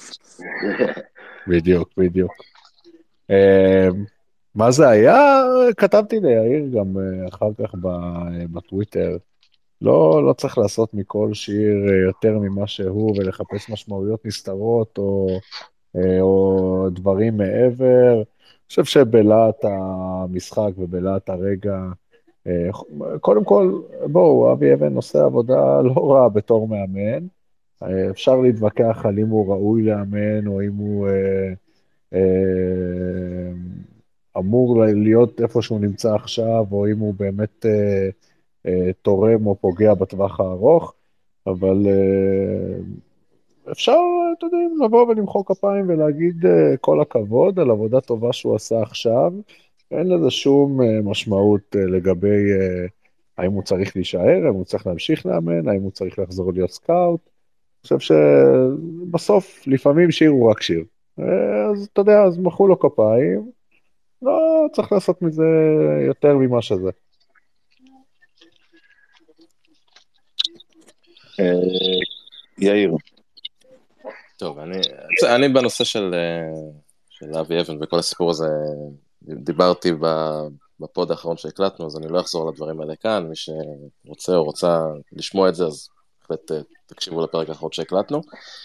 בדיוק, בדיוק. אה, מה זה היה? כתבתי ליאיר גם אה, אחר כך ב- בטוויטר, לא, לא צריך לעשות מכל שיר אה, יותר ממה שהוא ולחפש משמעויות נסתרות או, אה, או דברים מעבר. אני חושב שבלהט המשחק ובלהט הרגע, אה, קודם כל, בואו, אבי אבן עושה עבודה לא רעה בתור מאמן. אה, אפשר להתווכח על אם הוא ראוי לאמן או אם הוא אה, אה, אמור להיות איפה שהוא נמצא עכשיו, או אם הוא באמת אה, אה, תורם או פוגע בטווח הארוך, אבל אה, אפשר, אתה יודע, לבוא ולמחוא כפיים ולהגיד אה, כל הכבוד על עבודה טובה שהוא עשה עכשיו. אין לזה שום אה, משמעות אה, לגבי אה, האם הוא צריך להישאר, האם הוא צריך להמשיך לאמן, האם הוא צריך לחזור להיות סקאוט. אני חושב שבסוף לפעמים שיר הוא רק שיר. אה, אז אתה יודע, אז מחאו לו כפיים, לא צריך לעשות מזה יותר ממה שזה. אה, יאיר. טוב, אני, אני בנושא של, של אבי אבן וכל הסיפור הזה, דיברתי בפוד האחרון שהקלטנו, אז אני לא אחזור לדברים האלה כאן, מי שרוצה או רוצה לשמוע את זה, אז בהחלט תקשיבו לפרק האחרון שהקלטנו.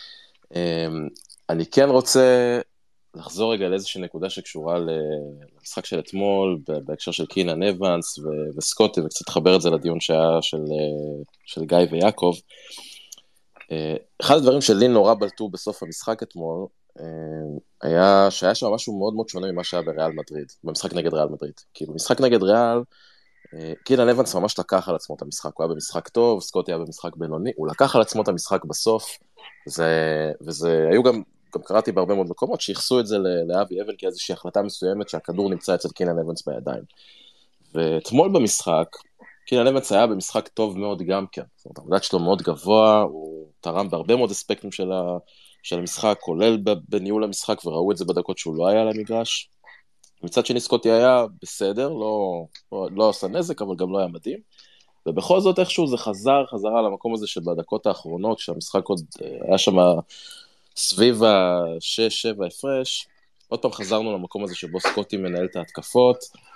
אני כן רוצה לחזור רגע לאיזושהי נקודה שקשורה למשחק של אתמול, בהקשר של קינן אבנס וסקוטי, וקצת לחבר את זה לדיון שהיה של, של גיא ויעקב. אחד הדברים שלי נורא בלטו בסוף המשחק אתמול, היה שהיה שם משהו מאוד מאוד שונה ממה שהיה בריאל מדריד, במשחק נגד ריאל מדריד. כי במשחק נגד ריאל, קינן אבנס ממש לקח על עצמו את המשחק, הוא היה במשחק טוב, סקוטי היה במשחק בינוני, הוא לקח על עצמו את המשחק בסוף, וזה, וזה היו גם, גם קראתי בהרבה מאוד מקומות, שיחסו את זה לאבי אבן כאיזושהי החלטה מסוימת שהכדור נמצא אצל קינן אבנס בידיים. ואתמול במשחק, קינן אבנס היה במשחק טוב מאוד גם כן, זאת אומרת, העבודה שלו מאוד גבוה, הוא תרם בהרבה מאוד אספקטים של, ה, של המשחק, כולל בניהול המשחק, וראו את זה בדקות שהוא לא היה על המגרש. מצד שני סקוטי היה בסדר, לא, לא, לא עשה נזק, אבל גם לא היה מדהים, ובכל זאת איכשהו זה חזר, חזרה למקום הזה שבדקות האחרונות, שהמשחק עוד היה שם סביב ה-שש שבע הפרש, עוד פעם חזרנו למקום הזה שבו סקוטי מנהל את ההתקפות,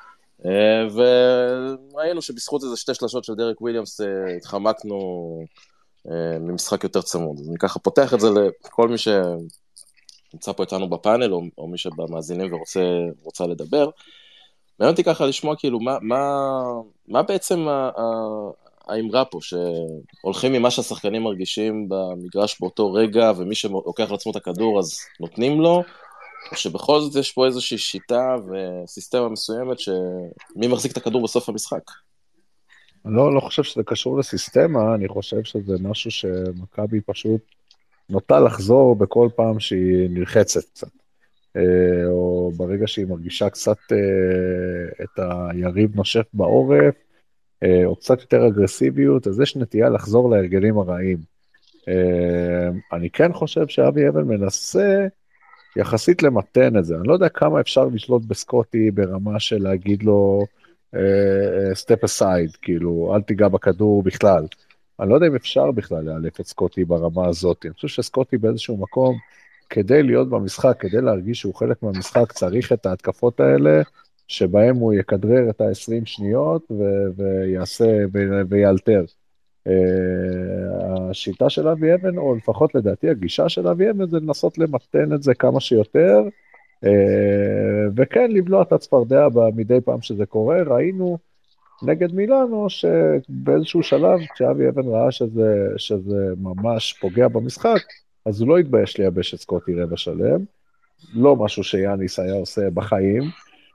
וראינו שבזכות איזה שתי שלשות של דרק וויליאמס התחמקנו ממשחק יותר צמוד. אז אני ככה פותח את זה לכל מי שנמצא פה איתנו בפאנל, או, או מי שבמאזינים ורוצה לדבר. מעניין אותי ככה לשמוע כאילו מה, מה, מה בעצם האמרה פה, שהולכים ממה שהשחקנים מרגישים במגרש באותו רגע, ומי שלוקח לעצמו את הכדור אז נותנים לו, או שבכל זאת יש פה איזושהי שיטה וסיסטמה מסוימת שמי מחזיק את הכדור בסוף המשחק? אני לא, לא חושב שזה קשור לסיסטמה, אני חושב שזה משהו שמכבי פשוט נוטה לחזור בכל פעם שהיא נלחצת קצת. או ברגע שהיא מרגישה קצת את היריב נושף בעורף, או קצת יותר אגרסיביות, אז יש נטייה לחזור להרגלים הרעים. אני כן חושב שאבי אבן מנסה יחסית למתן את זה. אני לא יודע כמה אפשר לשלוט בסקוטי ברמה של להגיד לו step aside, כאילו, אל תיגע בכדור בכלל. אני לא יודע אם אפשר בכלל להלף את סקוטי ברמה הזאת. אני חושב שסקוטי באיזשהו מקום, כדי להיות במשחק, כדי להרגיש שהוא חלק מהמשחק, צריך את ההתקפות האלה, שבהם הוא יקדרר את ה-עשרים שניות ו- ויעשה ו- ויאלתר. השיטה של אבי אבן, או לפחות לדעתי הגישה של אבי אבן, זה לנסות למתן את זה כמה שיותר, וכן לבלוע את הצפרדע מדי פעם שזה קורה. ראינו נגד מילאנו שבאיזשהו שלב, כשאבי אבן ראה שזה, שזה ממש פוגע במשחק, אז הוא לא התבייש לייבש את סקוטי רבע שלם, לא משהו שיאניס היה עושה בחיים,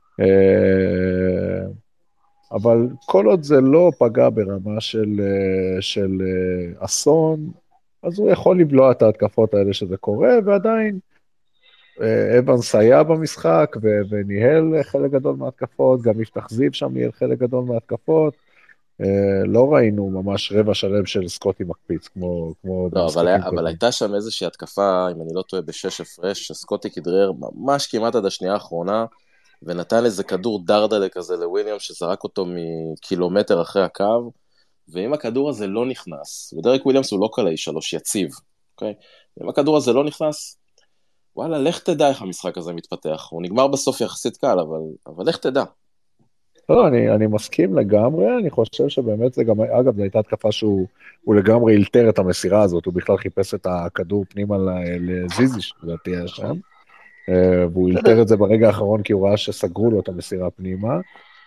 אבל כל עוד זה לא פגע ברמה של, של אסון, אז הוא יכול לבלוע את ההתקפות האלה שזה קורה, ועדיין אבנס היה במשחק וניהל חלק גדול מההתקפות, גם יפתח זיו שם ניהל חלק גדול מההתקפות, לא ראינו ממש רבע שלם של סקוטי מקפיץ, כמו, כמו לא, אבל, היה, אבל הייתה שם איזושהי התקפה, אם אני לא טועה, בשש הפרש, שסקוטי כדרר ממש כמעט עד השנייה האחרונה, ונתן איזה כדור דרדלה כזה לוויליאם, שזרק אותו מקילומטר אחרי הקו, ואם הכדור הזה לא נכנס, ודרק וויליאמס הוא לא קלעי שלוש יציב, אוקיי? אם הכדור הזה לא נכנס, וואלה, לך תדע איך המשחק הזה מתפתח. הוא נגמר בסוף יחסית קל, אבל, אבל לך תדע. לא, אני, אני מסכים לגמרי, אני חושב שבאמת זה גם, אגב, זו הייתה התקפה שהוא לגמרי אילתר את המסירה הזאת, הוא בכלל חיפש את הכדור פנימה לזיזי, לדעתי היה שם, והוא אילתר את זה ברגע האחרון, כי הוא ראה שסגרו לו את המסירה פנימה,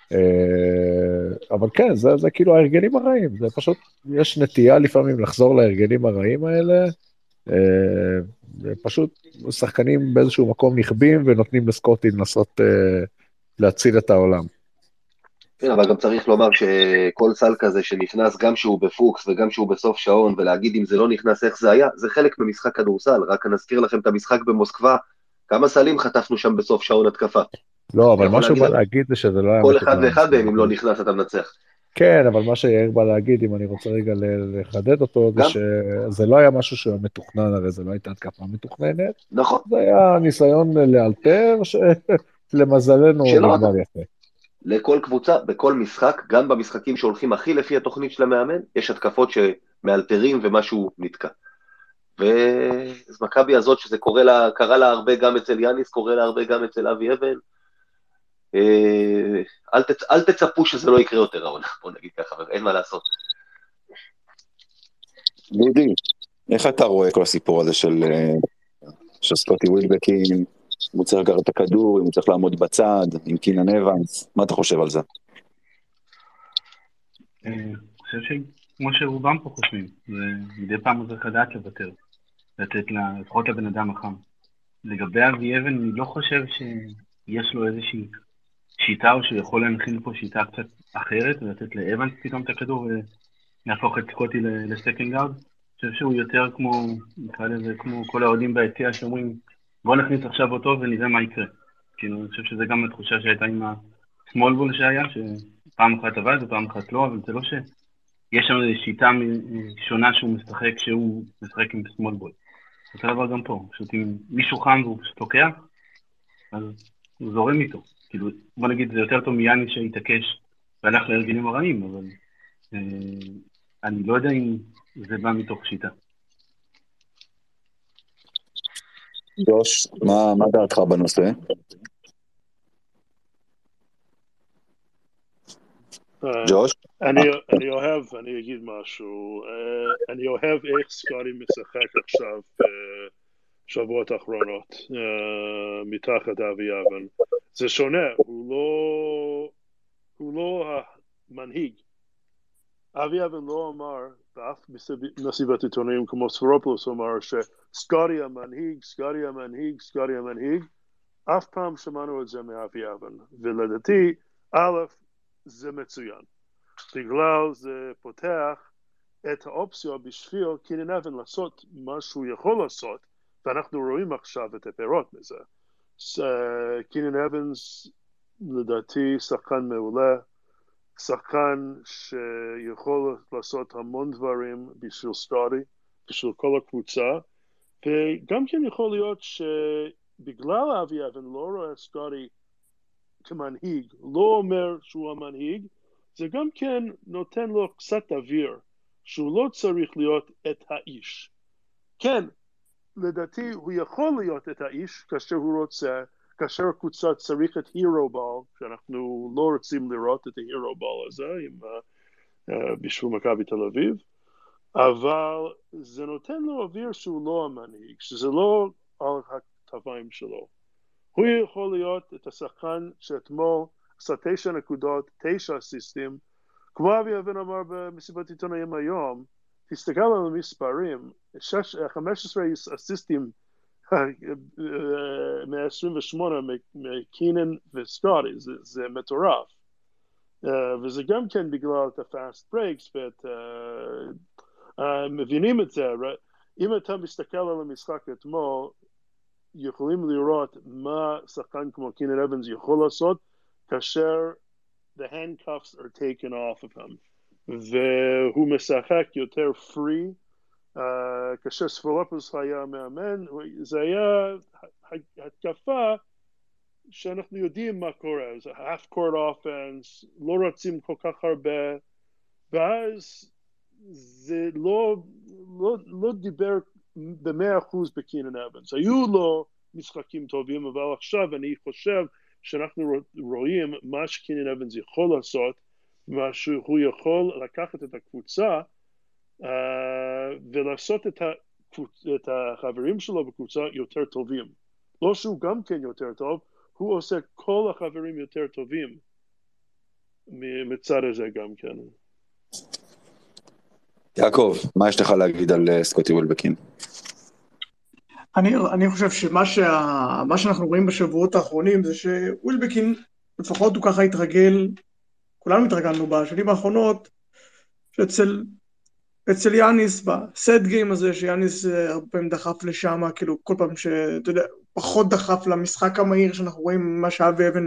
אבל כן, זה, זה כאילו ההרגלים הרעים, זה פשוט, יש נטייה לפעמים לחזור להרגלים הרעים האלה, פשוט שחקנים באיזשהו מקום נכבים, ונותנים לסקוטי לנסות להציל את העולם. כן, אבל גם צריך לומר שכל סל כזה שנכנס, גם שהוא בפוקס וגם שהוא בסוף שעון, ולהגיד אם זה לא נכנס איך זה היה, זה חלק ממשחק כדורסל. רק נזכיר לכם את המשחק במוסקבה, כמה סלים חטפנו שם בסוף שעון התקפה. לא, אבל מה שהוא בא להגיד זה שזה לא היה... כל אחד ואחד מהם, אם לא נכנס אתה מנצח. כן, אבל מה שיאיר בא להגיד, אם אני רוצה רגע לחדד אותו, זה שזה לא היה משהו שהוא מתוכנן, הרי זה לא הייתה התקפה מתוכננת. נכון. זה היה ניסיון לאלתר, שלמזלנו נגמר יפה. לכל קבוצה, בכל משחק, גם במשחקים שהולכים הכי לפי התוכנית של המאמן, יש התקפות שמאלתרים ומשהו נתקע. ואז מכבי הזאת, שזה קורה לה, קרה לה הרבה גם אצל יאניס, קורה לה הרבה גם אצל אבי אבן, אל, תצ... אל תצפו שזה לא יקרה יותר העונה, בוא נגיד ככה, אין מה לעשות. דודי, איך אתה רואה כל הסיפור הזה של, של סקוטי ווילבקין, הוא צריך לקחת את הכדור, הוא צריך לעמוד בצד, עם קינן אבנס, מה אתה חושב על זה? אני חושב שכמו שרובם פה חושבים, ומדי פעם הוא צריך לדעת לוותר, לתת לפחות לבן אדם החם. לגבי אבי אבן, אני לא חושב שיש לו איזושהי שיטה, או שהוא יכול להנחיל פה שיטה קצת אחרת, ולתת לאבנס פתאום את הכדור, ולהפוך את סקוטי לסקנד גארד. אני חושב שהוא יותר כמו, נקרא לזה, כמו כל האוהדים ביציע שאומרים, בוא נכניס עכשיו אותו ונראה מה יקרה. כאילו, אני חושב שזה גם התחושה שהייתה עם הסמול בול שהיה, שפעם אחת עבד ופעם אחת לא, אבל זה לא שיש שם איזו שיטה שונה שהוא משחק, שהוא משחק עם סמול בול. זה דבר גם פה, פשוט אם מישהו חם והוא פשוט לוקח, אז הוא זורם איתו. כאילו, בוא נגיד, זה יותר טוב מיאני שהתעקש והלך להרגלים הרעים, אבל אה, אני לא יודע אם זה בא מתוך שיטה. ג'וש, מה, מה דעתך בנושא? ג'וש? אני, אני אוהב, אני אגיד משהו, אני אוהב איך סקוטי משחק עכשיו בשבועות האחרונות, מתחת אבי אבן. זה שונה, הוא לא, הוא לא המנהיג. אבי אבן לא אמר, באף מסיבת עיתונאים כמו ספרופולוס אמר, שסקוטי המנהיג, סקוטי המנהיג, סקוטי המנהיג. אף פעם שמענו את זה מאבי אבן, ולדעתי, א', זה מצוין. בגלל זה פותח את האופציה בשביל קינן אבן לעשות מה שהוא יכול לעשות, ואנחנו רואים עכשיו את הפירות מזה. קינן אבנס לדעתי שחקן מעולה, שחקן שיכול לעשות המון דברים בשביל סקוטי, בשביל כל הקבוצה, וגם כן יכול להיות שבגלל אבי אבן לא רואה סקוטי כמנהיג, לא אומר שהוא המנהיג, זה גם כן נותן לו קצת אוויר, שהוא לא צריך להיות את האיש. כן, לדעתי הוא יכול להיות את האיש כאשר הוא רוצה, כאשר הקבוצה צריך את הירו בול, שאנחנו לא רוצים לראות את ההירו בול הזה עם, uh, uh, בשביל מכבי תל אביב, אבל זה נותן לו אוויר שהוא לא המנהיג, שזה לא על הכתפיים שלו. הוא יכול להיות את השחקן שאתמול עשה תשע נקודות, תשע אסיסטים, כמו אבי אבן אמר במסיבת עיתונאים היום, תסתכל על המספרים, חמש עשרה אסיסטים מ-עשרים ושמונה מקינן וסקוטי, זה, זה מטורף. Uh, וזה גם כן בגלל את ה-fast breaks, ואת, uh, uh, מבינים את זה, right? אם אתה מסתכל על המשחק אתמול, יכולים לראות מה שחקן כמו קינן אבנס יכול לעשות, כאשר the handcuffs are taken off of him. והוא משחק יותר free, uh, כאשר ספרופולוס היה מאמן, זה היה התקפה שאנחנו יודעים מה קורה, זה half court offense, לא רוצים כל כך הרבה, ואז זה לא, לא, לא דיבר במאה אחוז בקינן אבנס. היו לו משחקים טובים, אבל עכשיו אני חושב שאנחנו רואים מה שקינן אבנס יכול לעשות, מה שהוא יכול לקחת את הקבוצה uh, ולעשות את, הקבוצ... את החברים שלו בקבוצה יותר טובים. לא שהוא גם כן יותר טוב, הוא עושה כל החברים יותר טובים מצד הזה גם כן. יעקב, מה יש לך להגיד על סקוטי ווילבקין? אני, אני חושב שמה שה, מה שאנחנו רואים בשבועות האחרונים זה שווילבקין, לפחות הוא ככה התרגל, כולנו התרגלנו בשנים האחרונות, שאצל אצל יאניס, בסט גיים הזה, שיאניס הרבה פעמים דחף לשם, כאילו כל פעם שאתה יודע, פחות דחף למשחק המהיר שאנחנו רואים מה שאבי אבן,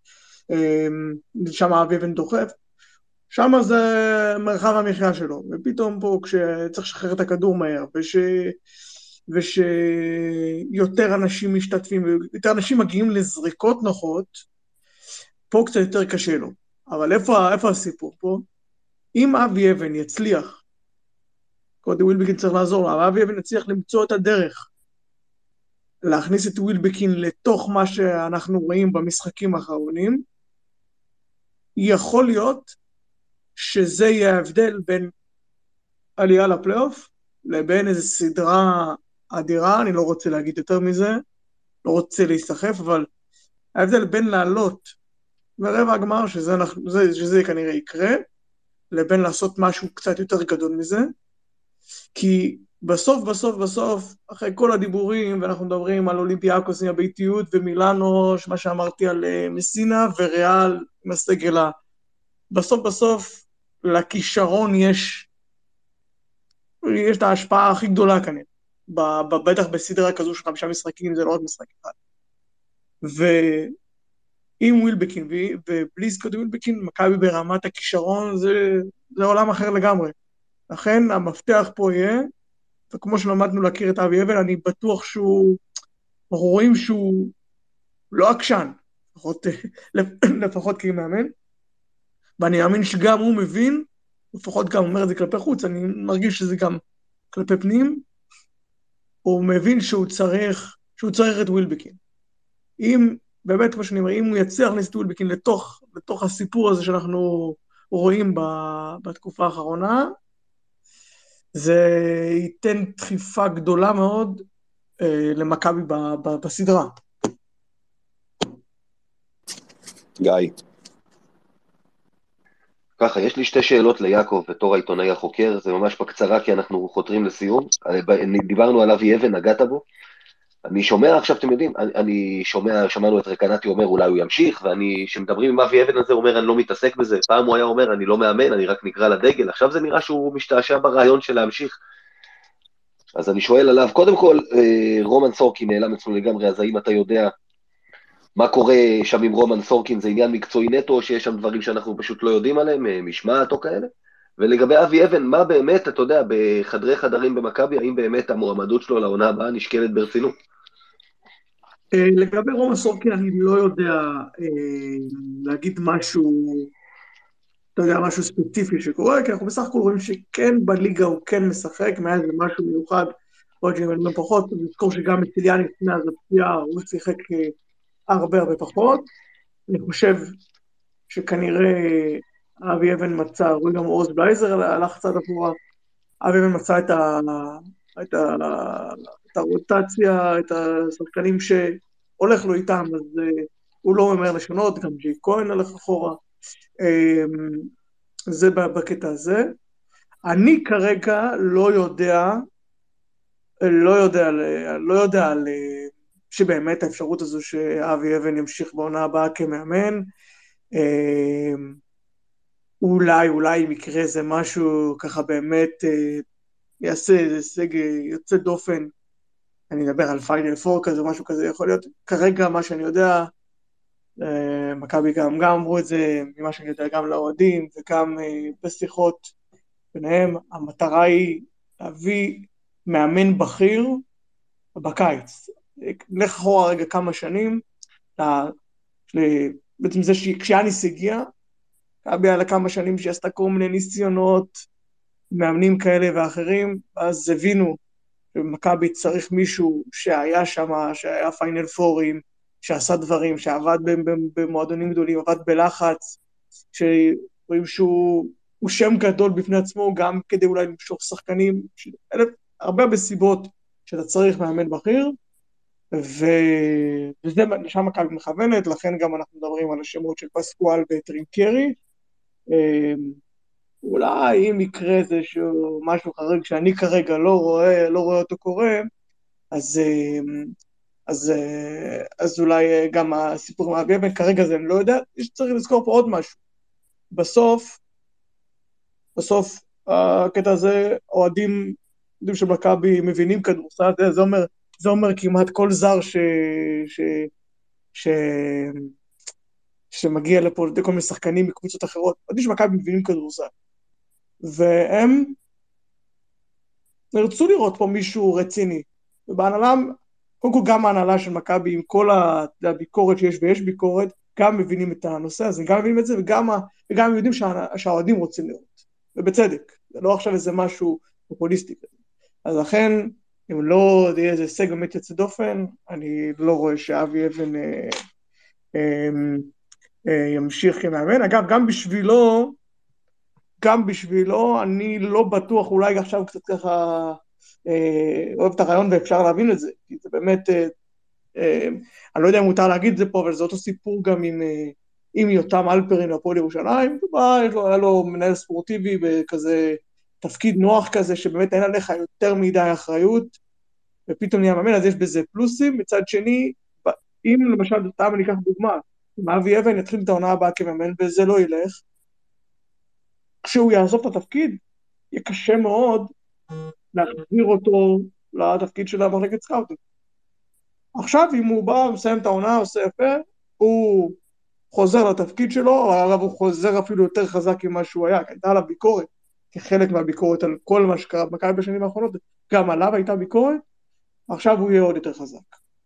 שם אבי אבן דוחף, שם זה מרחב המחיה שלו, ופתאום פה כשצריך לשחרר את הכדור מהר, וש... ושיותר אנשים משתתפים, יותר אנשים מגיעים לזריקות נוחות, פה קצת יותר קשה לו. אבל איפה, איפה הסיפור פה? אם אבי אבן יצליח, קודי ווילבקין צריך לעזור לו, אבל אבי אבן הצליח למצוא את הדרך, להכניס את ווילבקין לתוך מה שאנחנו רואים במשחקים האחרונים, יכול להיות שזה יהיה ההבדל בין עלייה לפלייאוף, לבין איזו סדרה אדירה, אני לא רוצה להגיד יותר מזה, לא רוצה להיסחף, אבל ההבדל בין לעלות ברבע הגמר, שזה, שזה, שזה כנראה יקרה, לבין לעשות משהו קצת יותר גדול מזה, כי בסוף, בסוף, בסוף, אחרי כל הדיבורים, ואנחנו מדברים על אולימפיאקוס עם הביתיות, ומילאנו, מה שאמרתי על מסינה, וריאל עם הסגלה, בסוף, בסוף, לכישרון יש, יש את ההשפעה הכי גדולה כנראה, בטח בסדרה כזו של חמישה משחקים, זה לא עוד משחק אחד. ועם ווילבקין, ובלי סקוט ווילבקין, מכבי ברמת הכישרון, זה, זה עולם אחר לגמרי. לכן המפתח פה יהיה, וכמו שלמדנו להכיר את אבי אבן, אני בטוח שהוא, אנחנו רואים שהוא לא עקשן, לפחות, לפחות כמאמן, ואני מאמין שגם הוא מבין, לפחות גם אומר את זה כלפי חוץ, אני מרגיש שזה גם כלפי פנים, הוא מבין שהוא צריך, שהוא צריך את ווילבקין. אם, באמת כמו שאני אומר, אם הוא יצליח להכניס את ווילבקין לתוך, לתוך הסיפור הזה שאנחנו רואים בתקופה האחרונה, זה ייתן דחיפה גדולה מאוד אה, למכבי ב, ב, בסדרה. גיא. ככה, יש לי שתי שאלות ליעקב בתור העיתונאי החוקר, זה ממש בקצרה כי אנחנו חותרים לסיום. דיברנו על אבי אבן, נגעת בו. אני שומע, עכשיו אתם יודעים, אני, אני שומע, שמענו את רקנטי אומר אולי הוא ימשיך, ואני, שמדברים עם אבי אבן הזה, אומר אני לא מתעסק בזה, פעם הוא היה אומר אני לא מאמן, אני רק נקרא לדגל, עכשיו זה נראה שהוא משתעשע ברעיון של להמשיך. אז אני שואל עליו, קודם כל, רומן סורקין נעלם אצלו לגמרי, אז האם אתה יודע מה קורה שם עם רומן סורקין, זה עניין מקצועי נטו, או שיש שם דברים שאנחנו פשוט לא יודעים עליהם, משמעת או כאלה? ולגבי אבי אבן, מה באמת, אתה יודע, בחדרי חדרים במכבי, האם באמת המועמדות שלו לעונה הבאה נשקלת ברצינות? לגבי רומן סורקין, אני לא יודע להגיד משהו, אתה יודע, משהו ספציפי שקורה, כי אנחנו בסך הכל רואים שכן בליגה הוא כן משחק, מאז זה משהו מיוחד, עוד שהם פחות, נזכור שגם מציליאני לפני אז הפציעה, הוא שיחק הרבה הרבה פחות. אני חושב שכנראה אבי אבן מצא, רואים גם אורז בלייזר הלך צד עבורה, אבי אבן מצא את ה... את ה... את הרוטציה, את השחקנים שהולך לו איתם, אז uh, הוא לא ממהר לשנות, גם ג'י כהן הולך אחורה, um, זה בקטע הזה. אני כרגע לא יודע, לא יודע, לא יודע על, שבאמת האפשרות הזו שאבי אבן ימשיך בעונה הבאה כמאמן, um, אולי, אולי מקרה זה משהו ככה באמת uh, יעשה איזה סג יוצא דופן, אני מדבר על פיינל פור כזה, משהו כזה יכול להיות, כרגע מה שאני יודע, מכבי גם, גם אמרו את זה, ממה שאני יודע, גם לאוהדים, וגם בשיחות ביניהם, המטרה היא להביא מאמן בכיר בקיץ. נלך אחורה רגע כמה שנים, בעצם זה שכשיאניס הגיע, מכבי היה לכמה שנים שעשתה כל מיני ניסיונות, מאמנים כאלה ואחרים, אז הבינו, במכבי צריך מישהו שהיה שם, שהיה פיינל פורים, שעשה דברים, שעבד במועדונים גדולים, עבד בלחץ, שרואים שהוא שם גדול בפני עצמו, גם כדי אולי למשוך שחקנים, הרבה בסיבות שאתה צריך מאמן בכיר, וזה לשם מכבי מכוונת, לכן גם אנחנו מדברים על השמות של פסקואל וטרינקרי, אולי אם יקרה איזשהו משהו חריג שאני כרגע לא רואה, לא רואה אותו קורה, אז, אז, אז אולי גם הסיפור עם אבי אבן, כרגע זה אני לא יודע, יש צריך לזכור פה עוד משהו. בסוף, בסוף הקטע הזה, אוהדים, יודעים שמכבי מבינים כדורסל, זה, זה אומר, זה אומר כמעט כל זר ש, ש, ש, שמגיע לפה, כל מיני שחקנים מקבוצות אחרות, יודעים שמכבי מבינים כדורסל. והם נרצו לראות פה מישהו רציני, ובהנהלה, קודם כל גם ההנהלה של מכבי עם כל הביקורת שיש ויש ביקורת, גם מבינים את הנושא הזה, גם מבינים את זה, וגם, וגם יודעים שהאוהדים רוצים לראות, ובצדק, זה לא עכשיו איזה משהו פופוליסטי. אז לכן, אם לא יהיה איזה הישג באמת יוצא דופן, אני לא רואה שאבי אבן אה, אה, אה, ימשיך כמאמן. אגב, גם בשבילו, גם בשבילו, אני לא בטוח, אולי עכשיו קצת ככה אה, אוהב את הרעיון ואפשר להבין את זה, כי זה באמת, אה, אה, אני לא יודע אם מותר להגיד את זה פה, אבל זה אותו סיפור גם עם, אה, עם יותם אלפרין הפועל ירושלים, בא, יש לו, היה לו מנהל ספורטיבי בכזה תפקיד נוח כזה, שבאמת אין עליך יותר מדי אחריות, ופתאום נהיה מאמן, אז יש בזה פלוסים. מצד שני, אם למשל, סתם אני אקח דוגמה, אם אבי אבן יתחיל את העונה הבאה כמאמן, וזה לא ילך, כשהוא יעזוב את התפקיד, יהיה קשה מאוד להחזיר אותו לתפקיד של המחלקת סקאוטינג. עכשיו, אם הוא בא, מסיים את העונה, עושה יפה, הוא חוזר לתפקיד שלו, אבל הוא חוזר אפילו יותר חזק ממה שהוא היה, כי הייתה עליו ביקורת, כחלק מהביקורת על כל מה שקרה במכבי בשנים האחרונות, גם עליו הייתה ביקורת, עכשיו הוא יהיה עוד יותר חזק.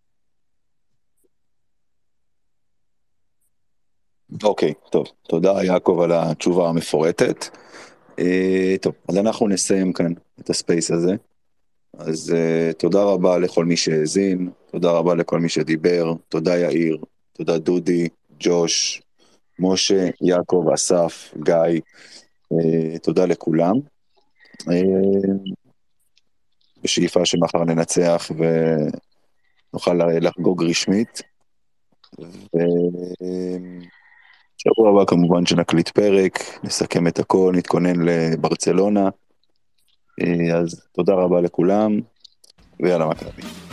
אוקיי, טוב. תודה יעקב על התשובה המפורטת. אה, טוב, אז אנחנו נסיים כאן את הספייס הזה. אז uh, תודה רבה לכל מי שהאזין, תודה רבה לכל מי שדיבר, תודה יאיר, תודה דודי, ג'וש, משה, יעקב, אסף, גיא, uh, תודה לכולם. Uh, בשאיפה שמחר ננצח ונוכל לחגוג רשמית. ושבוע הבא כמובן שנקליט פרק, נסכם את הכל, נתכונן לברצלונה. אז תודה רבה לכולם, ויאללה מכבי.